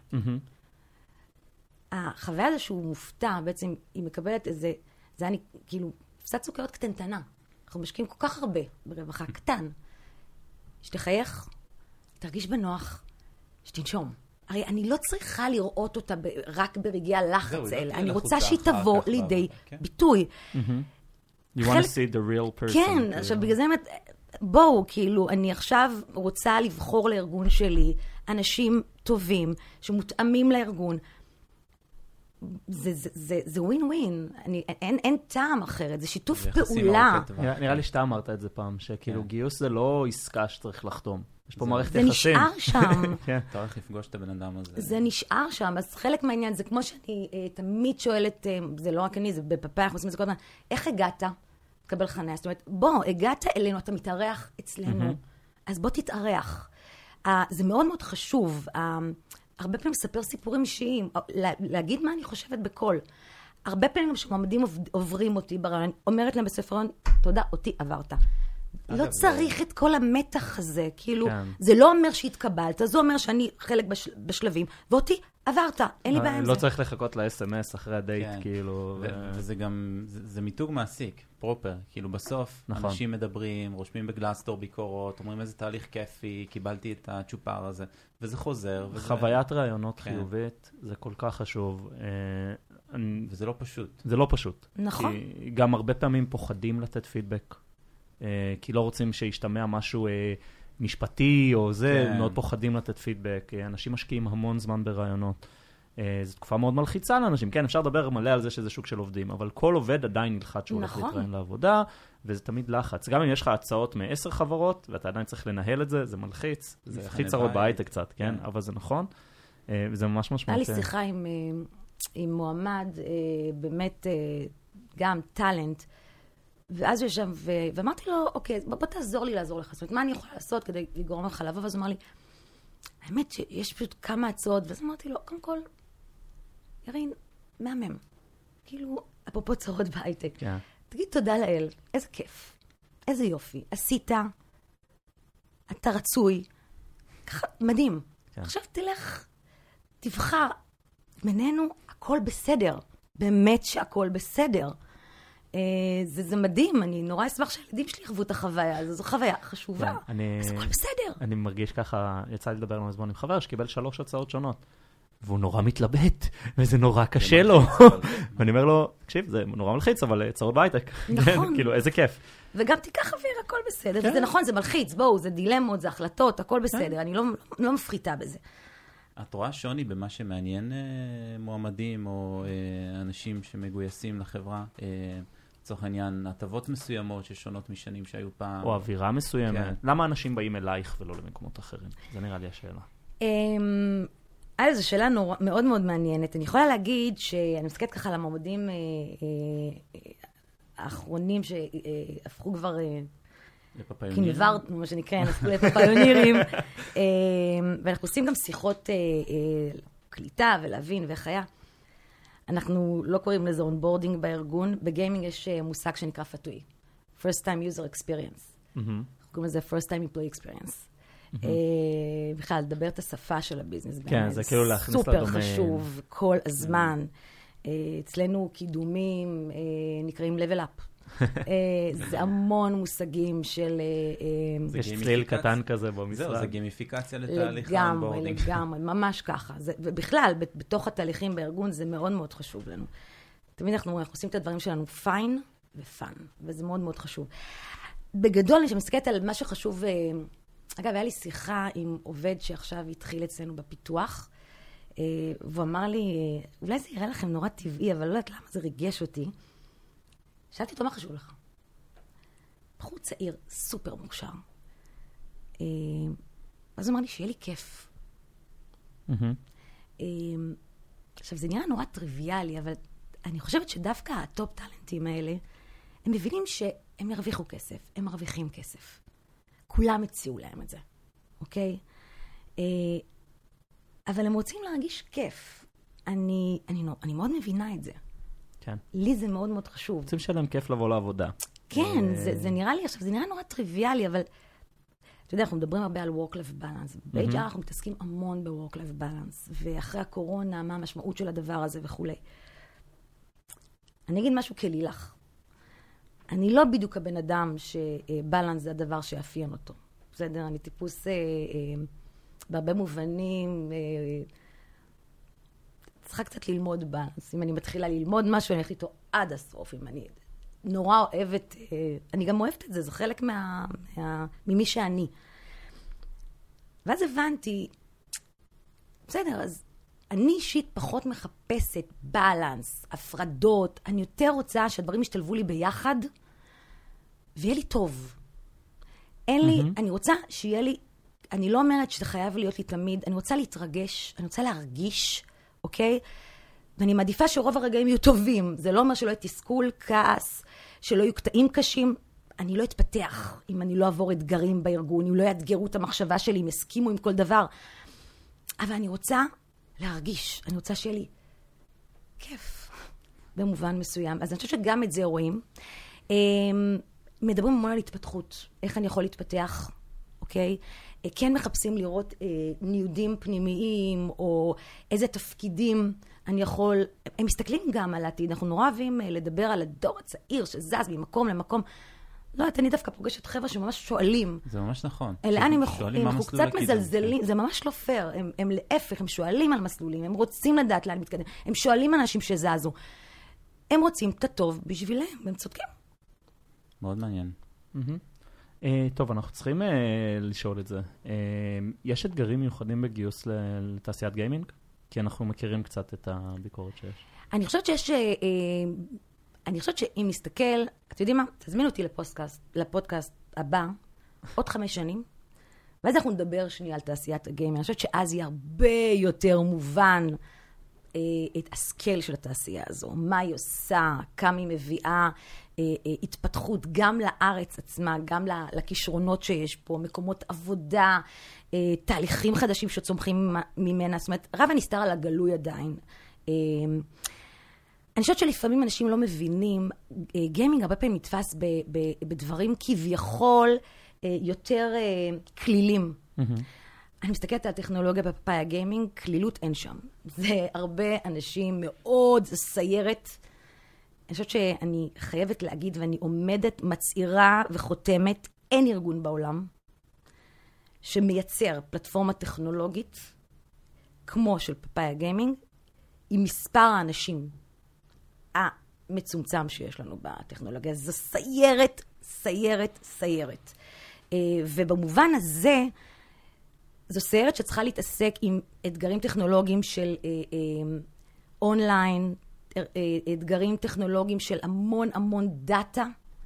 החוויה הזו שהוא מופתע, בעצם היא מקבלת איזה, זה היה כאילו, קצת סוכריות קטנטנה. אנחנו משקיעים כל כך הרבה ברווחה קטן, שתחייך, תרגיש בנוח, שתנשום. הרי אני לא צריכה לראות אותה רק ברגעי הלחץ האלה, אני רוצה שהיא תבוא לידי ביטוי. You want to see the real person. כן, עכשיו בגלל זה באמת, בואו, כאילו, אני עכשיו רוצה לבחור לארגון שלי אנשים טובים, שמותאמים לארגון. זה, זה, זה, זה ווין ווין. אני, אין, אין טעם אחרת, זה שיתוף פעולה. נראה לי שאתה אמרת את זה פעם, שכאילו גיוס זה לא עסקה שצריך לחתום. יש פה מערכת יחסים. זה נשאר שם. אתה הולך לפגוש את הבן אדם הזה. זה נשאר שם, אז חלק מהעניין, זה כמו שאני תמיד שואלת, זה לא רק אני, זה בפאפאיה, אנחנו עושים את זה כל הזמן, איך הגעת? תקבל חניה. זאת אומרת, בוא, הגעת אלינו, אתה מתארח אצלנו, אז בוא תתארח. זה מאוד מאוד חשוב. הרבה פעמים לספר סיפורים אישיים, להגיד מה אני חושבת בכל. הרבה פעמים שמועמדים עוברים אותי ברעיון, אומרת להם בספרון, תודה, אותי עברת. לא צריך את כל המתח הזה, כאילו, זה לא אומר שהתקבלת, זה אומר שאני חלק בשלבים, ואותי עברת, אין לי בעיה עם זה. לא צריך לחכות ל-אס אם אס אחרי הדייט, כאילו. וזה גם, זה מיתוג מעסיק, פרופר, כאילו בסוף, אנשים מדברים, רושמים בגלאסטור ביקורות, אומרים איזה תהליך כיפי, קיבלתי את הצ'ופר הזה, וזה חוזר. חוויית רעיונות חיובית, זה כל כך חשוב. וזה לא פשוט. זה לא פשוט. נכון. גם הרבה פעמים פוחדים לתת פידבק. כי לא רוצים שישתמע משהו משפטי או זה, מאוד פוחדים לתת פידבק. אנשים משקיעים המון זמן ברעיונות. זו תקופה מאוד מלחיצה לאנשים. כן, אפשר לדבר מלא על זה שזה שוק של עובדים, אבל כל עובד עדיין נלחץ שהוא הולך להתראיין לעבודה, וזה תמיד לחץ. גם אם יש לך הצעות מעשר חברות, ואתה עדיין צריך לנהל את זה, זה מלחיץ. זה הכי צרות בהייטק קצת, כן? אבל זה נכון. וזה ממש משמעותי. היה לי שיחה עם מועמד, באמת גם טלנט, ואז הוא ישב, ואמרתי לו, אוקיי, בוא תעזור לי לעזור לך. זאת אומרת, מה אני יכולה לעשות כדי לגרום לך לבוא? ואז הוא אמר לי, האמת שיש פשוט כמה הצעות, ואז אמרתי לו, קודם כל, ירין, מהמם. כאילו, אפרופו צרות בהייטק. תגיד תודה לאל, איזה כיף, איזה יופי. עשית, אתה רצוי, ככה, מדהים. עכשיו תלך, תבחר, בינינו, הכל בסדר. באמת שהכל בסדר. זה, זה מדהים, אני נורא אשמח שהילדים שלי יחוו את החוויה הזו, זו חוויה חשובה, אז הכל בסדר. אני מרגיש ככה, יצא לי לדבר עם חבר שקיבל שלוש הצעות שונות, והוא נורא מתלבט, וזה נורא קשה לו. ואני אומר לו, תקשיב, זה נורא מלחיץ, אבל צרות בהייטק. נכון. כאילו, איזה כיף. וגם תיקח אוויר, הכל בסדר. זה נכון, זה מלחיץ, בואו, זה דילמות, זה החלטות, הכל בסדר, אני לא מפחיתה בזה. את רואה שוני במה שמעניין מועמדים, או אנשים שמגויסים לחברה, לצורך העניין, הטבות מסוימות ששונות משנים שהיו פעם. או אווירה מסוימת. למה אנשים באים אלייך ולא למקומות אחרים? זה נראה לי השאלה. אה, זו שאלה מאוד מאוד מעניינת. אני יכולה להגיד שאני מסתכלת ככה על המועמדים האחרונים שהפכו כבר קינברט, מה שנקרא, הפכו לפפיונירים. ואנחנו עושים גם שיחות קליטה ולהבין ואיך היה. אנחנו לא קוראים לזה אונבורדינג בארגון. בגיימינג יש מושג שנקרא פתוי. First time user experience. אנחנו קוראים לזה First time employee experience. בכלל, לדבר את השפה של הביזנס. כן, זה כאילו להכניס לדומיין. סופר חשוב, כל הזמן. אצלנו קידומים נקראים level up. זה המון מושגים של... יש צליל קטן כזה במשרד. זה גימיפיקציה לתהליך האונבורדינג. לגמרי, לגמרי, ממש ככה. ובכלל, בתוך התהליכים בארגון זה מאוד מאוד חשוב לנו. תמיד אנחנו עושים את הדברים שלנו פיין ופן, וזה מאוד מאוד חשוב. בגדול, אני שמסתכלת על מה שחשוב... אגב, היה לי שיחה עם עובד שעכשיו התחיל אצלנו בפיתוח, והוא אמר לי, אולי זה יראה לכם נורא טבעי, אבל לא יודעת למה זה ריגש אותי. שאלתי אותו, מה חשוב לך? בחור צעיר, סופר מוכשר. אז הוא אמר לי, שיהיה לי כיף. עכשיו, זה נראה נורא טריוויאלי, אבל אני חושבת שדווקא הטופ טלנטים האלה, הם מבינים שהם ירוויחו כסף, הם מרוויחים כסף. כולם הציעו להם את זה, אוקיי? אבל הם רוצים להרגיש כיף. אני, אני, אני מאוד מבינה את זה. כן. לי זה מאוד מאוד חשוב. רוצים שלהם כיף לבוא לעבודה. כן, זה, זה נראה לי, עכשיו, זה נראה נורא טריוויאלי, אבל אתה יודע, אנחנו מדברים הרבה על work-life balance. ב-אייץ' אר אנחנו מתעסקים המון ב-work-life balance, ואחרי הקורונה, מה המשמעות של הדבר הזה וכו'. אני אגיד משהו כלילך. אני לא בדיוק הבן אדם שבלנס זה הדבר שיאפיין אותו. בסדר, אני טיפוס אה, אה, בהרבה מובנים, אה, צריכה קצת ללמוד בלנס. אם אני מתחילה ללמוד משהו, אני הולכת איתו עד הסוף. אם אני נורא אוהבת, אה, אני גם אוהבת את זה, זה חלק מה, מה, ממי שאני. ואז הבנתי, בסדר, אז אני אישית פחות מחפשת בלנס, הפרדות, אני יותר רוצה שהדברים ישתלבו לי ביחד, ויהיה לי טוב. אין לי, אני רוצה שיהיה לי, אני לא אומרת שזה חייב להיות לי תמיד, אני רוצה להתרגש, אני רוצה להרגיש, אוקיי? ואני מעדיפה שרוב הרגעים יהיו טובים. זה לא אומר שלא יהיה תסכול, כעס, שלא יהיו קטעים קשים. אני לא אתפתח אם אני לא אעבור אתגרים בארגון, אם לא יאתגרו את המחשבה שלי, אם הסכימו עם כל דבר. אבל אני רוצה להרגיש, אני רוצה שיהיה לי כיף, במובן מסוים. אז אני חושבת שגם את זה רואים. מדברים המון על התפתחות, איך אני יכול להתפתח, אוקיי? כן מחפשים לראות ניודים פנימיים, או איזה תפקידים אני יכול, הם מסתכלים גם על העתיד, אנחנו נורא אוהבים לדבר על הדור הצעיר שזז ממקום למקום. לא יודעת, אני דווקא פוגשת חבר'ה שממש שואלים. זה ממש נכון. לאן הם אנחנו קצת מזלזלים, זה ממש לא פייר. הם, הם להפך, הם שואלים על מסלולים, הם רוצים לדעת לאן מתקדם, הם שואלים אנשים שזזו. הם רוצים את הטוב בשבילם, והם צודקים. מאוד מעניין. Uh, טוב, אנחנו צריכים uh, לשאול את זה. Uh, יש אתגרים מיוחדים בגיוס לתעשיית גיימינג? כי אנחנו מכירים קצת את הביקורת שיש. אני חושבת שיש... Uh, uh, אני חושבת שאם נסתכל, אתם יודעים מה? תזמין אותי לפודקאסט, לפודקאסט הבא, עוד חמש שנים, ואז אנחנו נדבר שנייה על תעשיית הגיימינג. אני חושבת שאז יהיה הרבה יותר מובן אה, את הסקייל של התעשייה הזו, מה היא עושה, כמה היא מביאה אה, אה, התפתחות גם לארץ עצמה, גם לכישרונות שיש פה, מקומות עבודה, אה, תהליכים חדשים שצומחים ממנה. זאת אומרת, רב הנסתר על הגלוי עדיין. אה, אני חושבת שלפעמים אנשים לא מבינים, גיימינג הרבה פעמים נתפס ב, ב, בדברים כביכול יותר כלילים. Mm-hmm. אני מסתכלת על הטכנולוגיה בפאפאיה גיימינג, כלילות אין שם. זה הרבה אנשים מאוד, זה סיירת. אני חושבת שאני חייבת להגיד, ואני עומדת, מצעירה וחותמת, אין ארגון בעולם שמייצר פלטפורמה טכנולוגית כמו של פאפאיה גיימינג, עם מספר האנשים המצומצם שיש לנו בטכנולוגיה. זו סיירת, סיירת, סיירת. ובמובן הזה, זו סיירת שצריכה להתעסק עם אתגרים טכנולוגיים של אונליין, אתגרים טכנולוגיים של המון המון דאטה,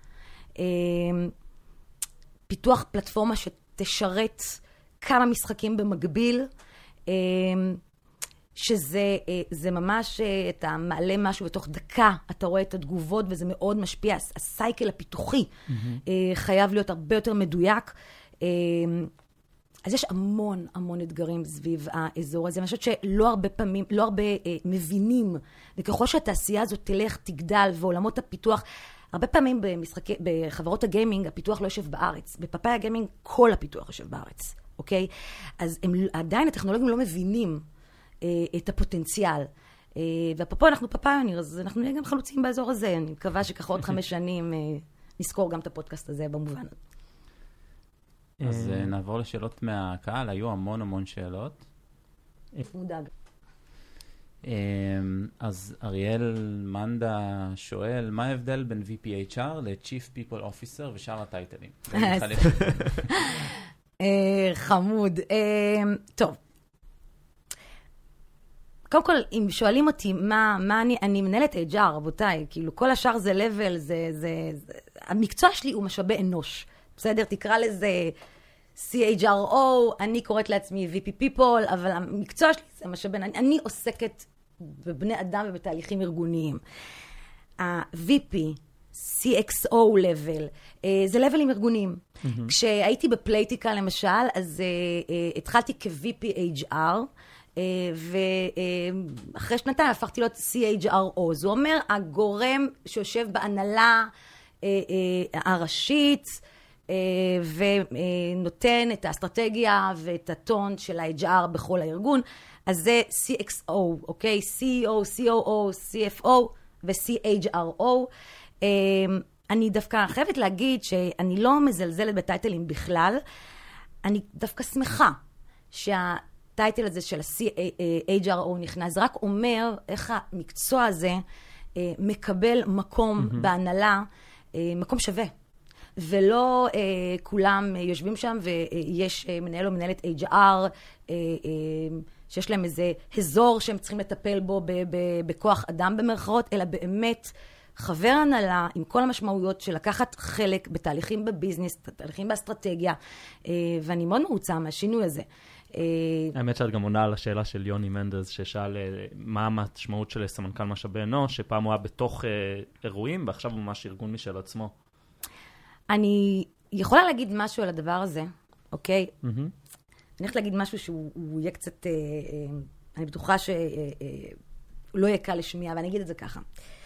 פיתוח פלטפורמה שתשרת כמה משחקים במקביל, שזה זה ממש, אתה מעלה משהו בתוך דקה, אתה רואה את התגובות, וזה מאוד משפיע. הסייקל הפיתוחי mm-hmm. חייב להיות הרבה יותר מדויק. אז יש המון המון אתגרים סביב האזור הזה. אני חושבת שלא הרבה פעמים, לא הרבה מבינים, וככל שהתעשייה הזאת תלך, תגדל, ועולמות הפיתוח, הרבה פעמים במשחקי, בחברות הגיימינג, הפיתוח לא יושב בארץ. בפאפאיה הגיימינג, כל הפיתוח יושב בארץ, אוקיי? אז הם, עדיין הטכנולוגים לא מבינים את הפוטנציאל. ואפרופו אנחנו פאפיוניר, אז אנחנו נהיה גם חלוצים באזור הזה. אני מקווה שככה עוד חמש שנים נזכור גם את הפודקאסט הזה במובן. אז נעבור לשאלות מהקהל. היו המון המון שאלות. מודאג. אז אריאל מנדה שואל, מה ההבדל בין וי פי אייץ' אר ל-Chief People Officer ושאר הטייטלים? חמוד. טוב. קודם כל, אם שואלים אותי מה, מה אני, אני מנהלת אייץ' אר, רבותיי, כאילו כל השאר זה level, זה, זה, זה, המקצוע שלי הוא משאבי אנוש, בסדר? תקרא לזה סי אייץ' אר או, אני קוראת לעצמי וי פי People, אבל המקצוע שלי זה משאבי, אני, אני עוסקת בבני אדם ובתהליכים ארגוניים. ה-וי פי, סי אקס או level, זה לבלים ארגוניים. Mm-hmm. כשהייתי בפלייטיקה למשל, אז uh, uh, התחלתי כ-וי פי אייץ' אר, uh, ואחרי uh, שנתיים הפכתי להיות סי אייץ' אר או. זה אומר, הגורם שיושב בהנהלה uh, uh, הראשית, uh, ונותן את האסטרטגיה ואת הטון של ה-אייץ' אר בכל הארגון, אז זה סי אקס או, אוקיי? סי אי או, סי או או, סי אף או ו-סי אייץ' אר או. אני דווקא חייבת להגיד שאני לא מזלזלת בטייטלים בכלל, אני דווקא שמחה שהטייטל הזה של ה-סי אייץ' אר או נכנס, זה רק אומר איך המקצוע הזה מקבל מקום mm-hmm. בהנהלה, מקום שווה. ולא uh, כולם uh, יושבים שם ויש uh, מנהל או מנהלת אייץ' אר uh, uh, שיש להם איזה אזור שהם צריכים לטפל בו ב- ב- בכוח אדם במרכאות, אלא באמת חבר הנהלה עם כל המשמעויות של לקחת חלק בתהליכים בביזנס, תהליכים באסטרטגיה, uh, ואני מאוד מרוצה מהשינוי הזה. Uh, האמת שאת גם עונה על השאלה של יוני מנדז, ששאל uh, מה המשמעות של סמנכ"ל משאבי אנוש, שפעם הוא היה בתוך uh, אירועים, ועכשיו הוא ממש ארגון משל עצמו. אני יכולה להגיד משהו על הדבר הזה, אוקיי? Mm-hmm. אני הולכת להגיד משהו שהוא יהיה קצת, אה, אה, אני בטוחה שהוא אה, אה, לא יהיה קל לשמיעה, ואני אגיד את זה ככה.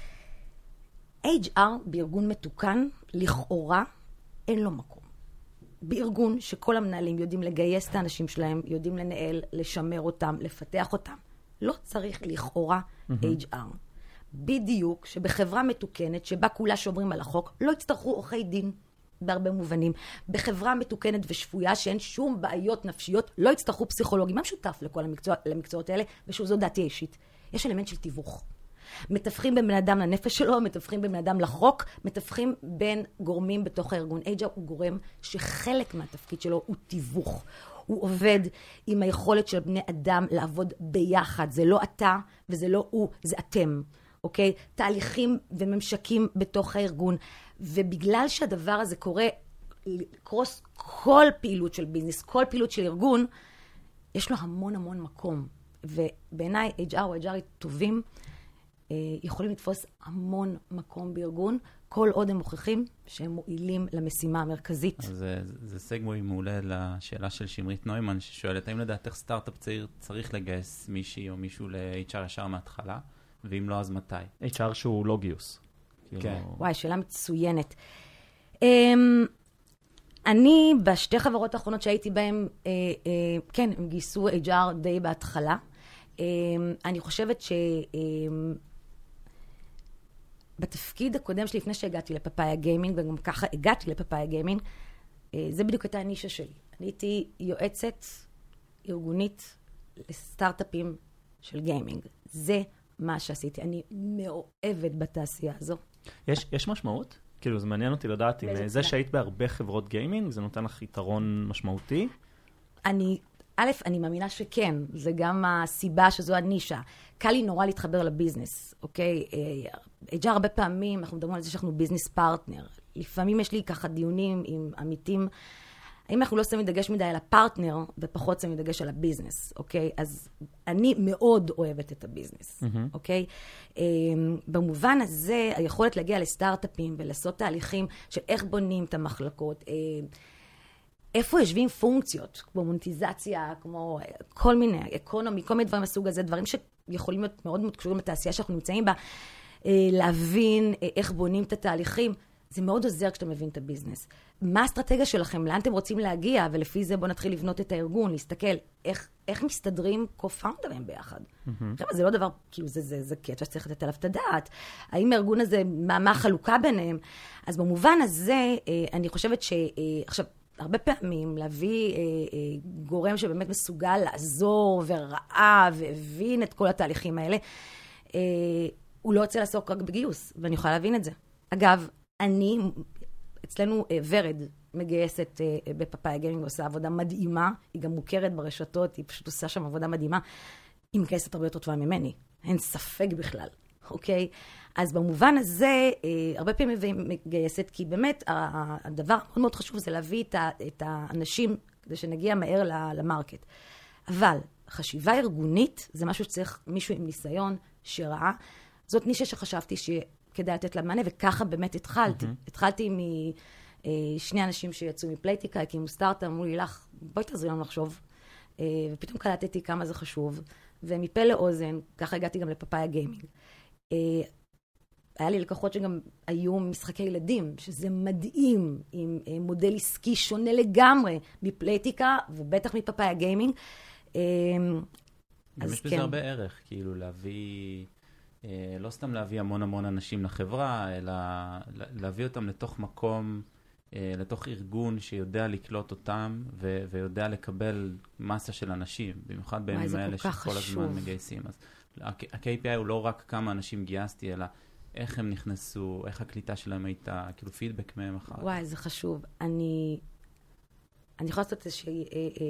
אייץ' אר בארגון מתוקן, לכאורה, אין לו מקום. בארגון שכל המנהלים יודעים לגייס את האנשים שלהם, יודעים לנהל, לשמר אותם, לפתח אותם. לא צריך לכאורה mm-hmm. אייץ' אר. בדיוק שבחברה מתוקנת, שבה כולה שומרים על החוק, לא יצטרכו עורכי דין. בהרבה מובנים. בחברה מתוקנת ושפויה שאין שום בעיות נפשיות, לא יצטרכו פסיכולוגים. מה משותף לכל המקצוע, למקצועות האלה? ושוב, זו דעתי אישית. יש אלמנט של תיווך. מתווכים בין בן אדם לנפש שלו, מתווכים בין בן אדם לחוק, מתווכים בין גורמים בתוך הארגון. אייץ' אר הוא גורם שחלק מהתפקיד שלו הוא תיווך. הוא עובד עם היכולת של בני אדם לעבוד ביחד. זה לא אתה וזה לא הוא, זה אתם. אוקיי? תהליכים וממשקים בתוך הארגון. ובגלל שהדבר הזה קורה, קרוס כל פעילות של ביזנס, כל פעילות של ארגון, יש לו המון המון מקום. ובעיניי, אייץ' אר או אייץ' אר טובים, יכולים לתפוס המון מקום בארגון, כל עוד הם מוכיחים שהם מועילים למשימה המרכזית. אז זה, זה סגווי מעולה לשאלה של שמרית נוימן, ששואלת, האם לדעתך סטארט-אפ צעיר צריך לגייס מישהי או מישהו ל-אייץ' אר ישר מההתחלה? ואם לא, אז מתי? אייץ' אר שהוא לא גיוס. כן. וואי, שאלה מצוינת. אני, בשתי חברות האחרונות שהייתי בהן, כן, הם גייסו אייץ' אר די בהתחלה. אני חושבת שבתפקיד הקודם שלי, לפני שהגעתי לפאפאיה גיימינג, וגם ככה הגעתי לפאפאיה גיימינג, זה בדיוק הייתה הנישה שלי. אני הייתי יועצת ארגונית לסטארט-אפים של גיימינג. זה מה שעשיתי. אני מאוהבת בתעשייה הזו. יש, יש משמעות? כאילו, זה מעניין אותי לדעת אם זה שהיית בהרבה חברות גיימינג, זה נותן לך יתרון משמעותי? אני, א', אני מאמינה שכן. זה גם הסיבה שזו הנישה. קל לי נורא להתחבר לביזנס, אוקיי? אייץ' אר הרבה פעמים, אנחנו מדברים על זה שאנחנו ביזנס פרטנר. לפעמים יש לי ככה דיונים עם עמיתים, האם אנחנו לא שמים דגש מדי על הפרטנר, ופחות שמים דגש על הביזנס, אוקיי? אז אני מאוד אוהבת את הביזנס, mm-hmm. אוקיי? Um, במובן הזה, היכולת להגיע לסטארט-אפים ולעשות תהליכים של איך בונים את המחלקות, uh, איפה יושבים פונקציות, כמו מונטיזציה, כמו כל מיני, אקונומי, כל מיני דברים מסוג הזה, דברים שיכולים להיות מאוד מאוד קשורים לתעשייה שאנחנו נמצאים בה, uh, להבין uh, איך בונים את התהליכים, זה מאוד עוזר כשאתה מבין את הביזנס. מה האסטרטגיה שלכם? לאן אתם רוצים להגיע? ולפי זה בוא נתחיל לבנות את הארגון, להסתכל איך, איך מסתדרים קו-פאונדרים ביחד. Mm-hmm. זה לא דבר, כאילו זה, זה, זה קטע שצריך לתת עליו את הדעת. האם הארגון הזה, מה, מה החלוקה ביניהם? אז במובן הזה, אני חושבת ש... עכשיו, הרבה פעמים להביא גורם שבאמת מסוגל לעזור וראה והבין את כל התהליכים האלה, הוא לא רוצה לעסוק רק בגיוס, ואני יכולה להבין את זה. אגב, אני, אצלנו ורד מגייסת בפאפאיה גיימינג, עושה עבודה מדהימה, היא גם מוכרת ברשתות, היא פשוט עושה שם עבודה מדהימה. היא מגייסת הרבה יותר טובה ממני. אין ספק בכלל, אוקיי? אז במובן הזה, הרבה פעמים מגייסת, כי באמת הדבר מאוד מאוד חשוב זה להביא את האנשים, כדי שנגיע מהר למרקט. אבל חשיבה ארגונית זה משהו שצריך מישהו עם ניסיון שראה. זאת נישה שחשבתי שכדאי לתת לה מענה, וככה באמת התחלתי. התחלתי משני אנשים שיצאו מפלייטיקה, הקימו סטארט-אפ, אמרו לי לך, בואי תעזרי לנו לחשוב. ופתאום קלטתי כמה זה חשוב. ומפה לאוזן, ככה הגעתי גם לפאפאיה גיימינג. היה לי לקוחות שגם היו משחקי ילדים, שזה מדהים, עם מודל עסקי שונה לגמרי מפלייטיקה, ובטח מפאפאיה גיימינג. יש בזה הרבה ערך, כאילו להביא, לא סתם להביא המון המון אנשים לחברה, אלא להביא אותם לתוך מקום, לתוך ארגון שיודע לקלוט אותם, ויודע לקבל מסה של אנשים, במיוחד בימים האלה שכל הזמן מגייסים. אז ה-קיי פי איי הוא לא רק כמה אנשים גייסתי, אלא איך הם נכנסו, איך הקליטה שלהם הייתה, כאילו פידבק מהם אחר. וואי, זה חשוב. אני, אני יכולה לעשות איזושהי,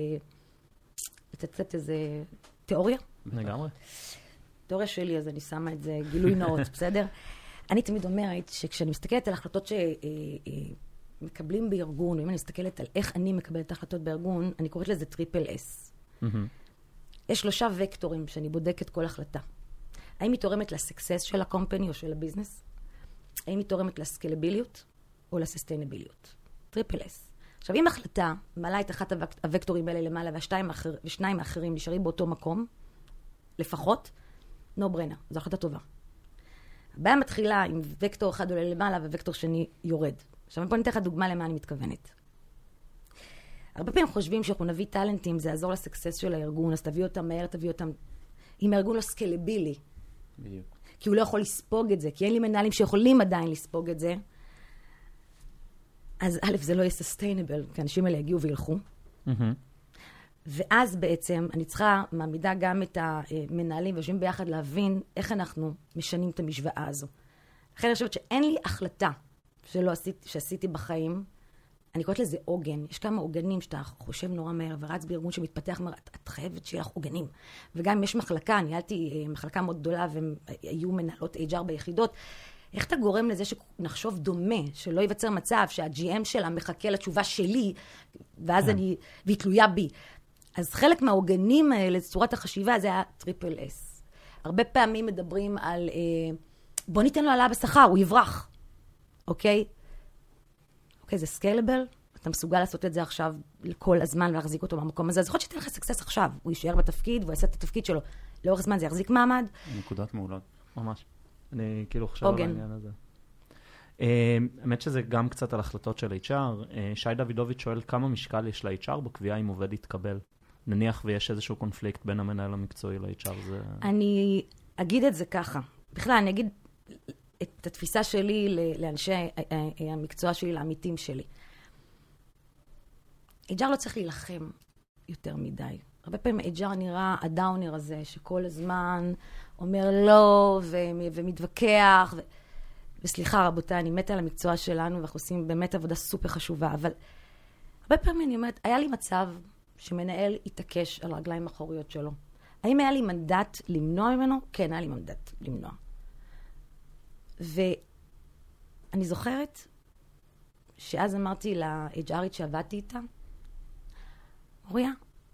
לתת איזה תיאוריה? לגמרי. תיאוריה שלי, אז אני שמה את זה גילוי נאות, בסדר? אני תמיד אומרת שכשאני מסתכלת על החלטות שמקבלים בארגון, ואם אני מסתכלת על איך אני מקבלת החלטות בארגון, אני קוראת לזה טריפל אס. יש שלושה וקטורים שאני בודקת כל החלטה. האם היא תורמת לסקסס של הקומפני או של הביזנס? האם היא תורמת לסקלביליות או לססטיינביליות? טריפל אס. עכשיו, אם החלטה מעלה את אחת הוקטורים האלה למעלה והשניים האחרים נשארים באותו מקום, לפחות, no brainer. זו החלטה טובה. הבעיה מתחילה עם וקטור אחד עולה למעלה ווקטור שני יורד. עכשיו, בוא ניתן לך דוגמה למה אני מתכוונת. הרבה פעמים חושבים שאנחנו נביא טלנטים, זה יעזור לסקסס של הארגון, אז תביא אותם מהר, תביא אותם. אם הארגון לא סקלבילי, בדיוק. כי הוא לא יכול לספוג את זה, כי אין לי מנהלים שיכולים עדיין לספוג את זה, אז א', זה לא יהיה sustainable, כי האנשים האלה יגיעו וילכו. ואז בעצם אני צריכה, מעמידה גם את המנהלים, ויושבים ביחד להבין איך אנחנו משנים את המשוואה הזו. לכן אני חושבת שאין לי החלטה שלא עשיתי, שעשיתי בחיים, אני קוראת לזה עוגן. יש כמה עוגנים שאתה חושב נורא מהר, ורץ בארגון שמתפתח, אומר, את חייבת שיהיה לך עוגנים. וגם אם יש מחלקה, ניהלתי מחלקה מאוד גדולה, והיו מנהלות אייץ' אר ביחידות, איך אתה גורם לזה שנחשוב דומה, שלא ייווצר מצב שה-ג'י אם שלה מחכה לתשובה שלי, ואז אני, והיא תלויה בי. אז חלק מהעוגנים האלה, צורת החשיבה, זה היה טריפל אס. הרבה פעמים מדברים על, בוא ניתן לו העלאה בשכר, הוא יברח. אוקיי? אוקיי, זה סקיילבל, אתה מסוגל לעשות את זה עכשיו כל הזמן ולהחזיק אותו במקום הזה. אז יכול להיות שתהיה לך סקסס עכשיו, הוא יישאר בתפקיד, והוא יעשה את התפקיד שלו. לאורך זמן זה יחזיק מעמד. נקודות מעולות. ממש. אני כאילו חושב על העניין הזה. האמת שזה גם קצת על החלטות של אייץ' אר. שי דוידוביץ' שואל כמה משקל יש ל-אייץ' אר בקביעה אם עובד יתקבל. נניח ויש איזשהו קונפליקט בין המנהל המקצועי ל-אייץ' אר. זה... אני אגיד את זה ככה. בכלל, אני אגיד את התפיסה שלי לאנשי המקצוע שלי, לעמיתים שלי. אייץ' אר לא צריך להילחם יותר מדי. הרבה פעמים אייץ' אר נראה הדאונר הזה, שכל הזמן אומר לא ו- ומתווכח. ו- וסליחה רבותיי, אני מתה על המקצוע שלנו, ואנחנו עושים באמת עבודה סופר חשובה, אבל הרבה פעמים אני אומרת, היה לי מצב שמנהל התעקש על רגליים אחוריות שלו. האם היה לי מנדט למנוע ממנו? כן, היה לי מנדט למנוע. ואני זוכרת שאז אמרתי ל-אייץ' ארית שעבדתי איתה, אוריה,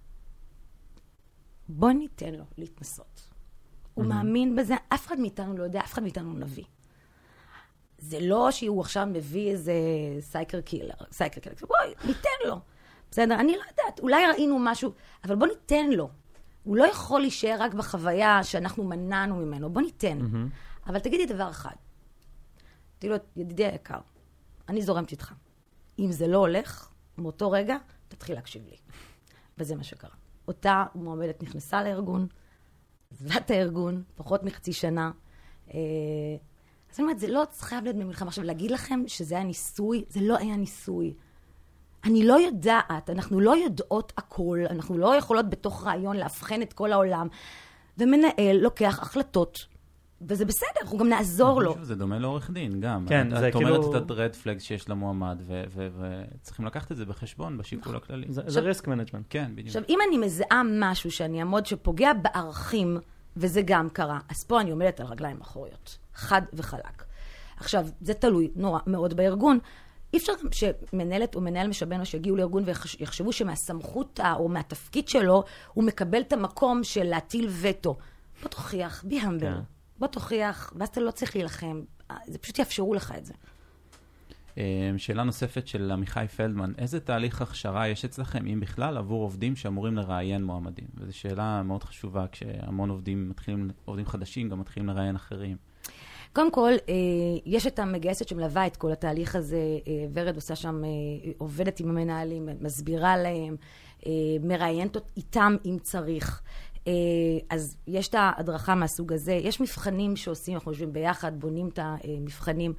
בוא ניתן לו להתנסות. הוא מאמין בזה, אף אחד מאיתנו לא יודע, אף אחד מאיתנו נביא. זה לא שהוא עכשיו מביא איזה סייקר קילר, סייקר קילר, בואי, ניתן לו. בסדר, אני לא יודעת, אולי ראינו משהו, אבל בוא ניתן לו. הוא לא יכול להישאר רק בחוויה שאנחנו מנענו ממנו, בוא ניתן. אבל תגידי דבר אחד. תגידי לו, ידידי היקר, אני זורמת איתך. אם זה לא הולך, מאותו רגע, תתחיל להקשיב לי. וזה מה שקרה. אותה מועמדת נכנסה לארגון, עזבה את הארגון, פחות מחצי שנה. אז אני אומרת, זה לא חייב להיות במלחמה. עכשיו, להגיד לכם שזה היה ניסוי, זה לא היה ניסוי. אני לא יודעת, אנחנו לא יודעות הכל, אנחנו לא יכולות בתוך רעיון להבחן את כל העולם, ומנהל לוקח החלטות וזה בסדר, אנחנו גם נעזור לו. זה דומה לעורך דין, גם. כן, זה כאילו... את אומרת את ה-red flag שיש למועמד, וצריכים לקחת את זה בחשבון, בשיקול הכללי. זה risk management. כן, בדיוק. עכשיו, אם אני מזהה משהו שאני אעמוד שפוגע בערכים, וזה גם קרה, אז פה אני עומדת על רגליים אחוריות. חד וחלק. עכשיו, זה תלוי נורא מאוד בארגון. אי אפשר שמנהלת או מנהל משאבנו שיגיעו לארגון ויחשבו שמהסמכות או מהתפקיד שלו, הוא מקבל את המקום של להטיל וטו. בוא תוכיח, בי המבר. כן. בוא תוכיח, ואז אתה לא צריך להילחם. זה פשוט יאפשרו לך את זה. שאלה נוספת של עמיחי פלדמן, איזה תהליך הכשרה יש אצלכם, אם בכלל, עבור עובדים שאמורים לראיין מועמדים? וזו שאלה מאוד חשובה, כשהמון עובדים מתחילים, עובדים חדשים גם מתחילים לראיין אחרים. קודם כל, יש את המגייסת שמלווה את כל התהליך הזה, ורד עושה שם, עובדת עם המנהלים, מסבירה להם, מראיינת איתם אם צריך. אז יש את ההדרכה מהסוג הזה, יש מבחנים שעושים, אנחנו יושבים ביחד, בונים את המבחנים.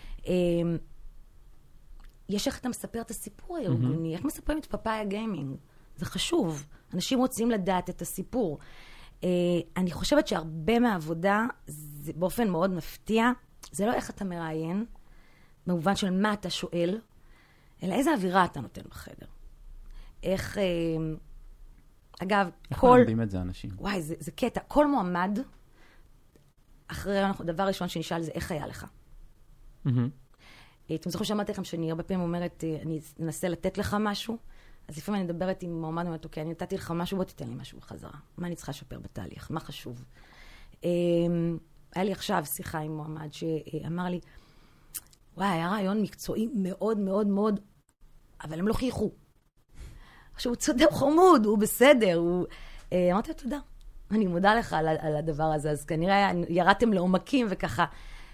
יש איך אתה מספר את הסיפור הארגוני, איך מספרים את פאפאיה גיימינג. זה חשוב, אנשים רוצים לדעת את הסיפור. אני חושבת שהרבה מהעבודה, באופן מאוד מפתיע, זה לא איך אתה מראיין, במובן של מה אתה שואל, אלא איזה אווירה אתה נותן בחדר. איך... אגב, איך כל... מלמדים את זה אנשים? וואי, זה, זה קטע. כל מועמד, אחרי דבר ראשון שנשאל זה, איך היה לך? Mm-hmm. אתם זוכרים שאמרתי לכם שאני הרבה פעמים אומרת, אני אנסה לתת לך משהו, אז לפעמים אני מדברת עם מועמד, אומרת, אוקיי, אני נתתי לך משהו, בוא תיתן לי משהו בחזרה. מה אני צריכה לשפר בתהליך? מה חשוב? היה לי עכשיו שיחה עם מועמד שאמר לי, וואי, היה רעיון מקצועי מאוד מאוד מאוד, אבל הם לא חייכו. עכשיו, הוא צודק חמוד, הוא בסדר, הוא... אמרתי לו, תודה. אני מודה לך על, על הדבר הזה, אז כנראה ירדתם לעומקים וככה.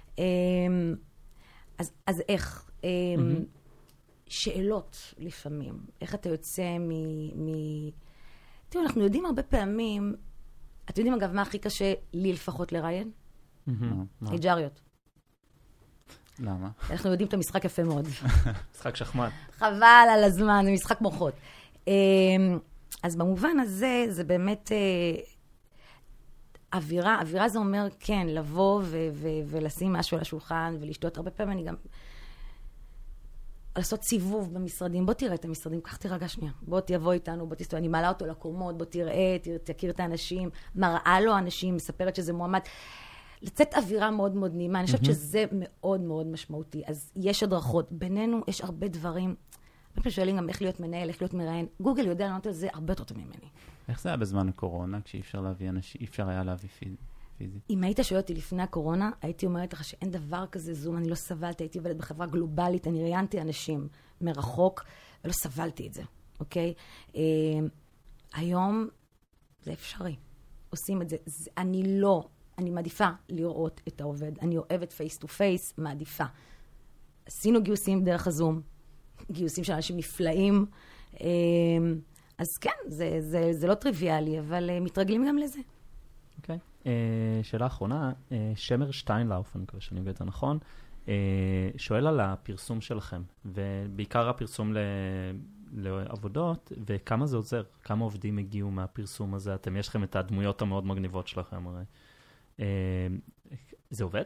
אז, אז איך? Mm-hmm. שאלות לפעמים. איך אתה יוצא מ... מ... תראו, אנחנו יודעים הרבה פעמים, אתם יודעים אגב מה הכי קשה לי לפחות לראיין? היג'ריות. למה? אנחנו יודעים את המשחק יפה מאוד. משחק שחמט. חבל על הזמן, זה משחק מוחות. אז במובן הזה, זה באמת אווירה. אווירה זה אומר, כן, לבוא ו- ו- ולשים משהו על השולחן ולשתות. הרבה פעמים אני גם... לעשות סיבוב במשרדים. בוא תראה את המשרדים, כך תירגע שנייה. בוא תבוא איתנו, בוא תסתובב. אני מעלה אותו לקומות, בוא תראה, תכיר את האנשים, מראה לו אנשים, מספרת שזה מועמד. לצאת אווירה מאוד מאוד נעימה. אני חושבת שזה מאוד מאוד משמעותי. אז יש הדרכות. בינינו יש הרבה דברים. הרבה פעמים שואלים גם איך להיות מנהל, איך להיות מראיין. גוגל יודע לענות על זה הרבה יותר טוב ממני. איך זה היה בזמן הקורונה, כשאי אפשר להביא אנשים, אי אפשר היה להביא פיזית? אם היית שואל אותי לפני הקורונה, הייתי אומרת לך שאין דבר כזה זום, אני לא סבלתי, הייתי עובדת בחברה גלובלית, אני ראיינתי אנשים מרחוק, ולא סבלתי את זה, אוקיי? היום זה אפשרי. עושים את זה. אני לא, אני מעדיפה לראות את העובד. אני אוהבת פייס טו פייס, מעדיפה. עשינו גיוסים דרך הזום, גיוסים של אנשים נפלאים, אז כן, זה, זה, זה לא טריוויאלי, אבל מתרגלים גם לזה. אוקיי. שאלה אחרונה, שמר שטיינלאוף, אני מקווה שאני אגיד את זה נכון, שואל על הפרסום שלכם, ובעיקר הפרסום לעבודות, וכמה זה עוזר? כמה עובדים הגיעו מהפרסום הזה? אתם, יש לכם את הדמויות המאוד מגניבות שלכם, הרי. זה עובד?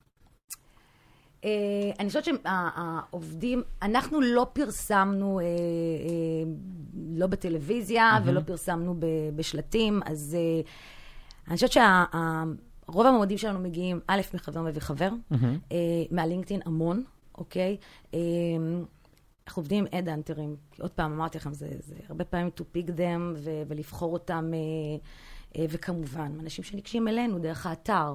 אני חושבת שהעובדים, אנחנו לא פרסמנו, לא בטלוויזיה ולא פרסמנו בשלטים, אז אני חושבת שהרוב המועמדים שלנו מגיעים, א', מחבר מביא חבר, מהלינקדאין המון, אוקיי? אנחנו עובדים עם אד-אנטרים, עוד פעם אמרתי לכם, זה הרבה פעמים to pick them ולבחור אותם, וכמובן, אנשים שניגשים אלינו דרך האתר,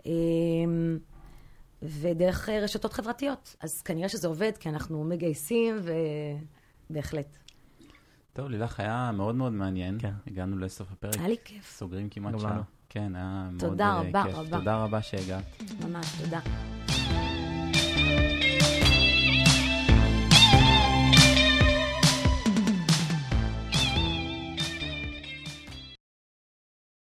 ודרך רשתות חברתיות. אז כנראה שזה עובד, כי אנחנו מגייסים, ובהחלט. טוב, לילך, היה מאוד מאוד מעניין. כן. הגענו לסוף הפרק. היה לי כיף. סוגרים כמעט שעה. כן, היה מאוד תודה רבה, כיף. רבה. תודה רבה שהגעת. ממש, תודה.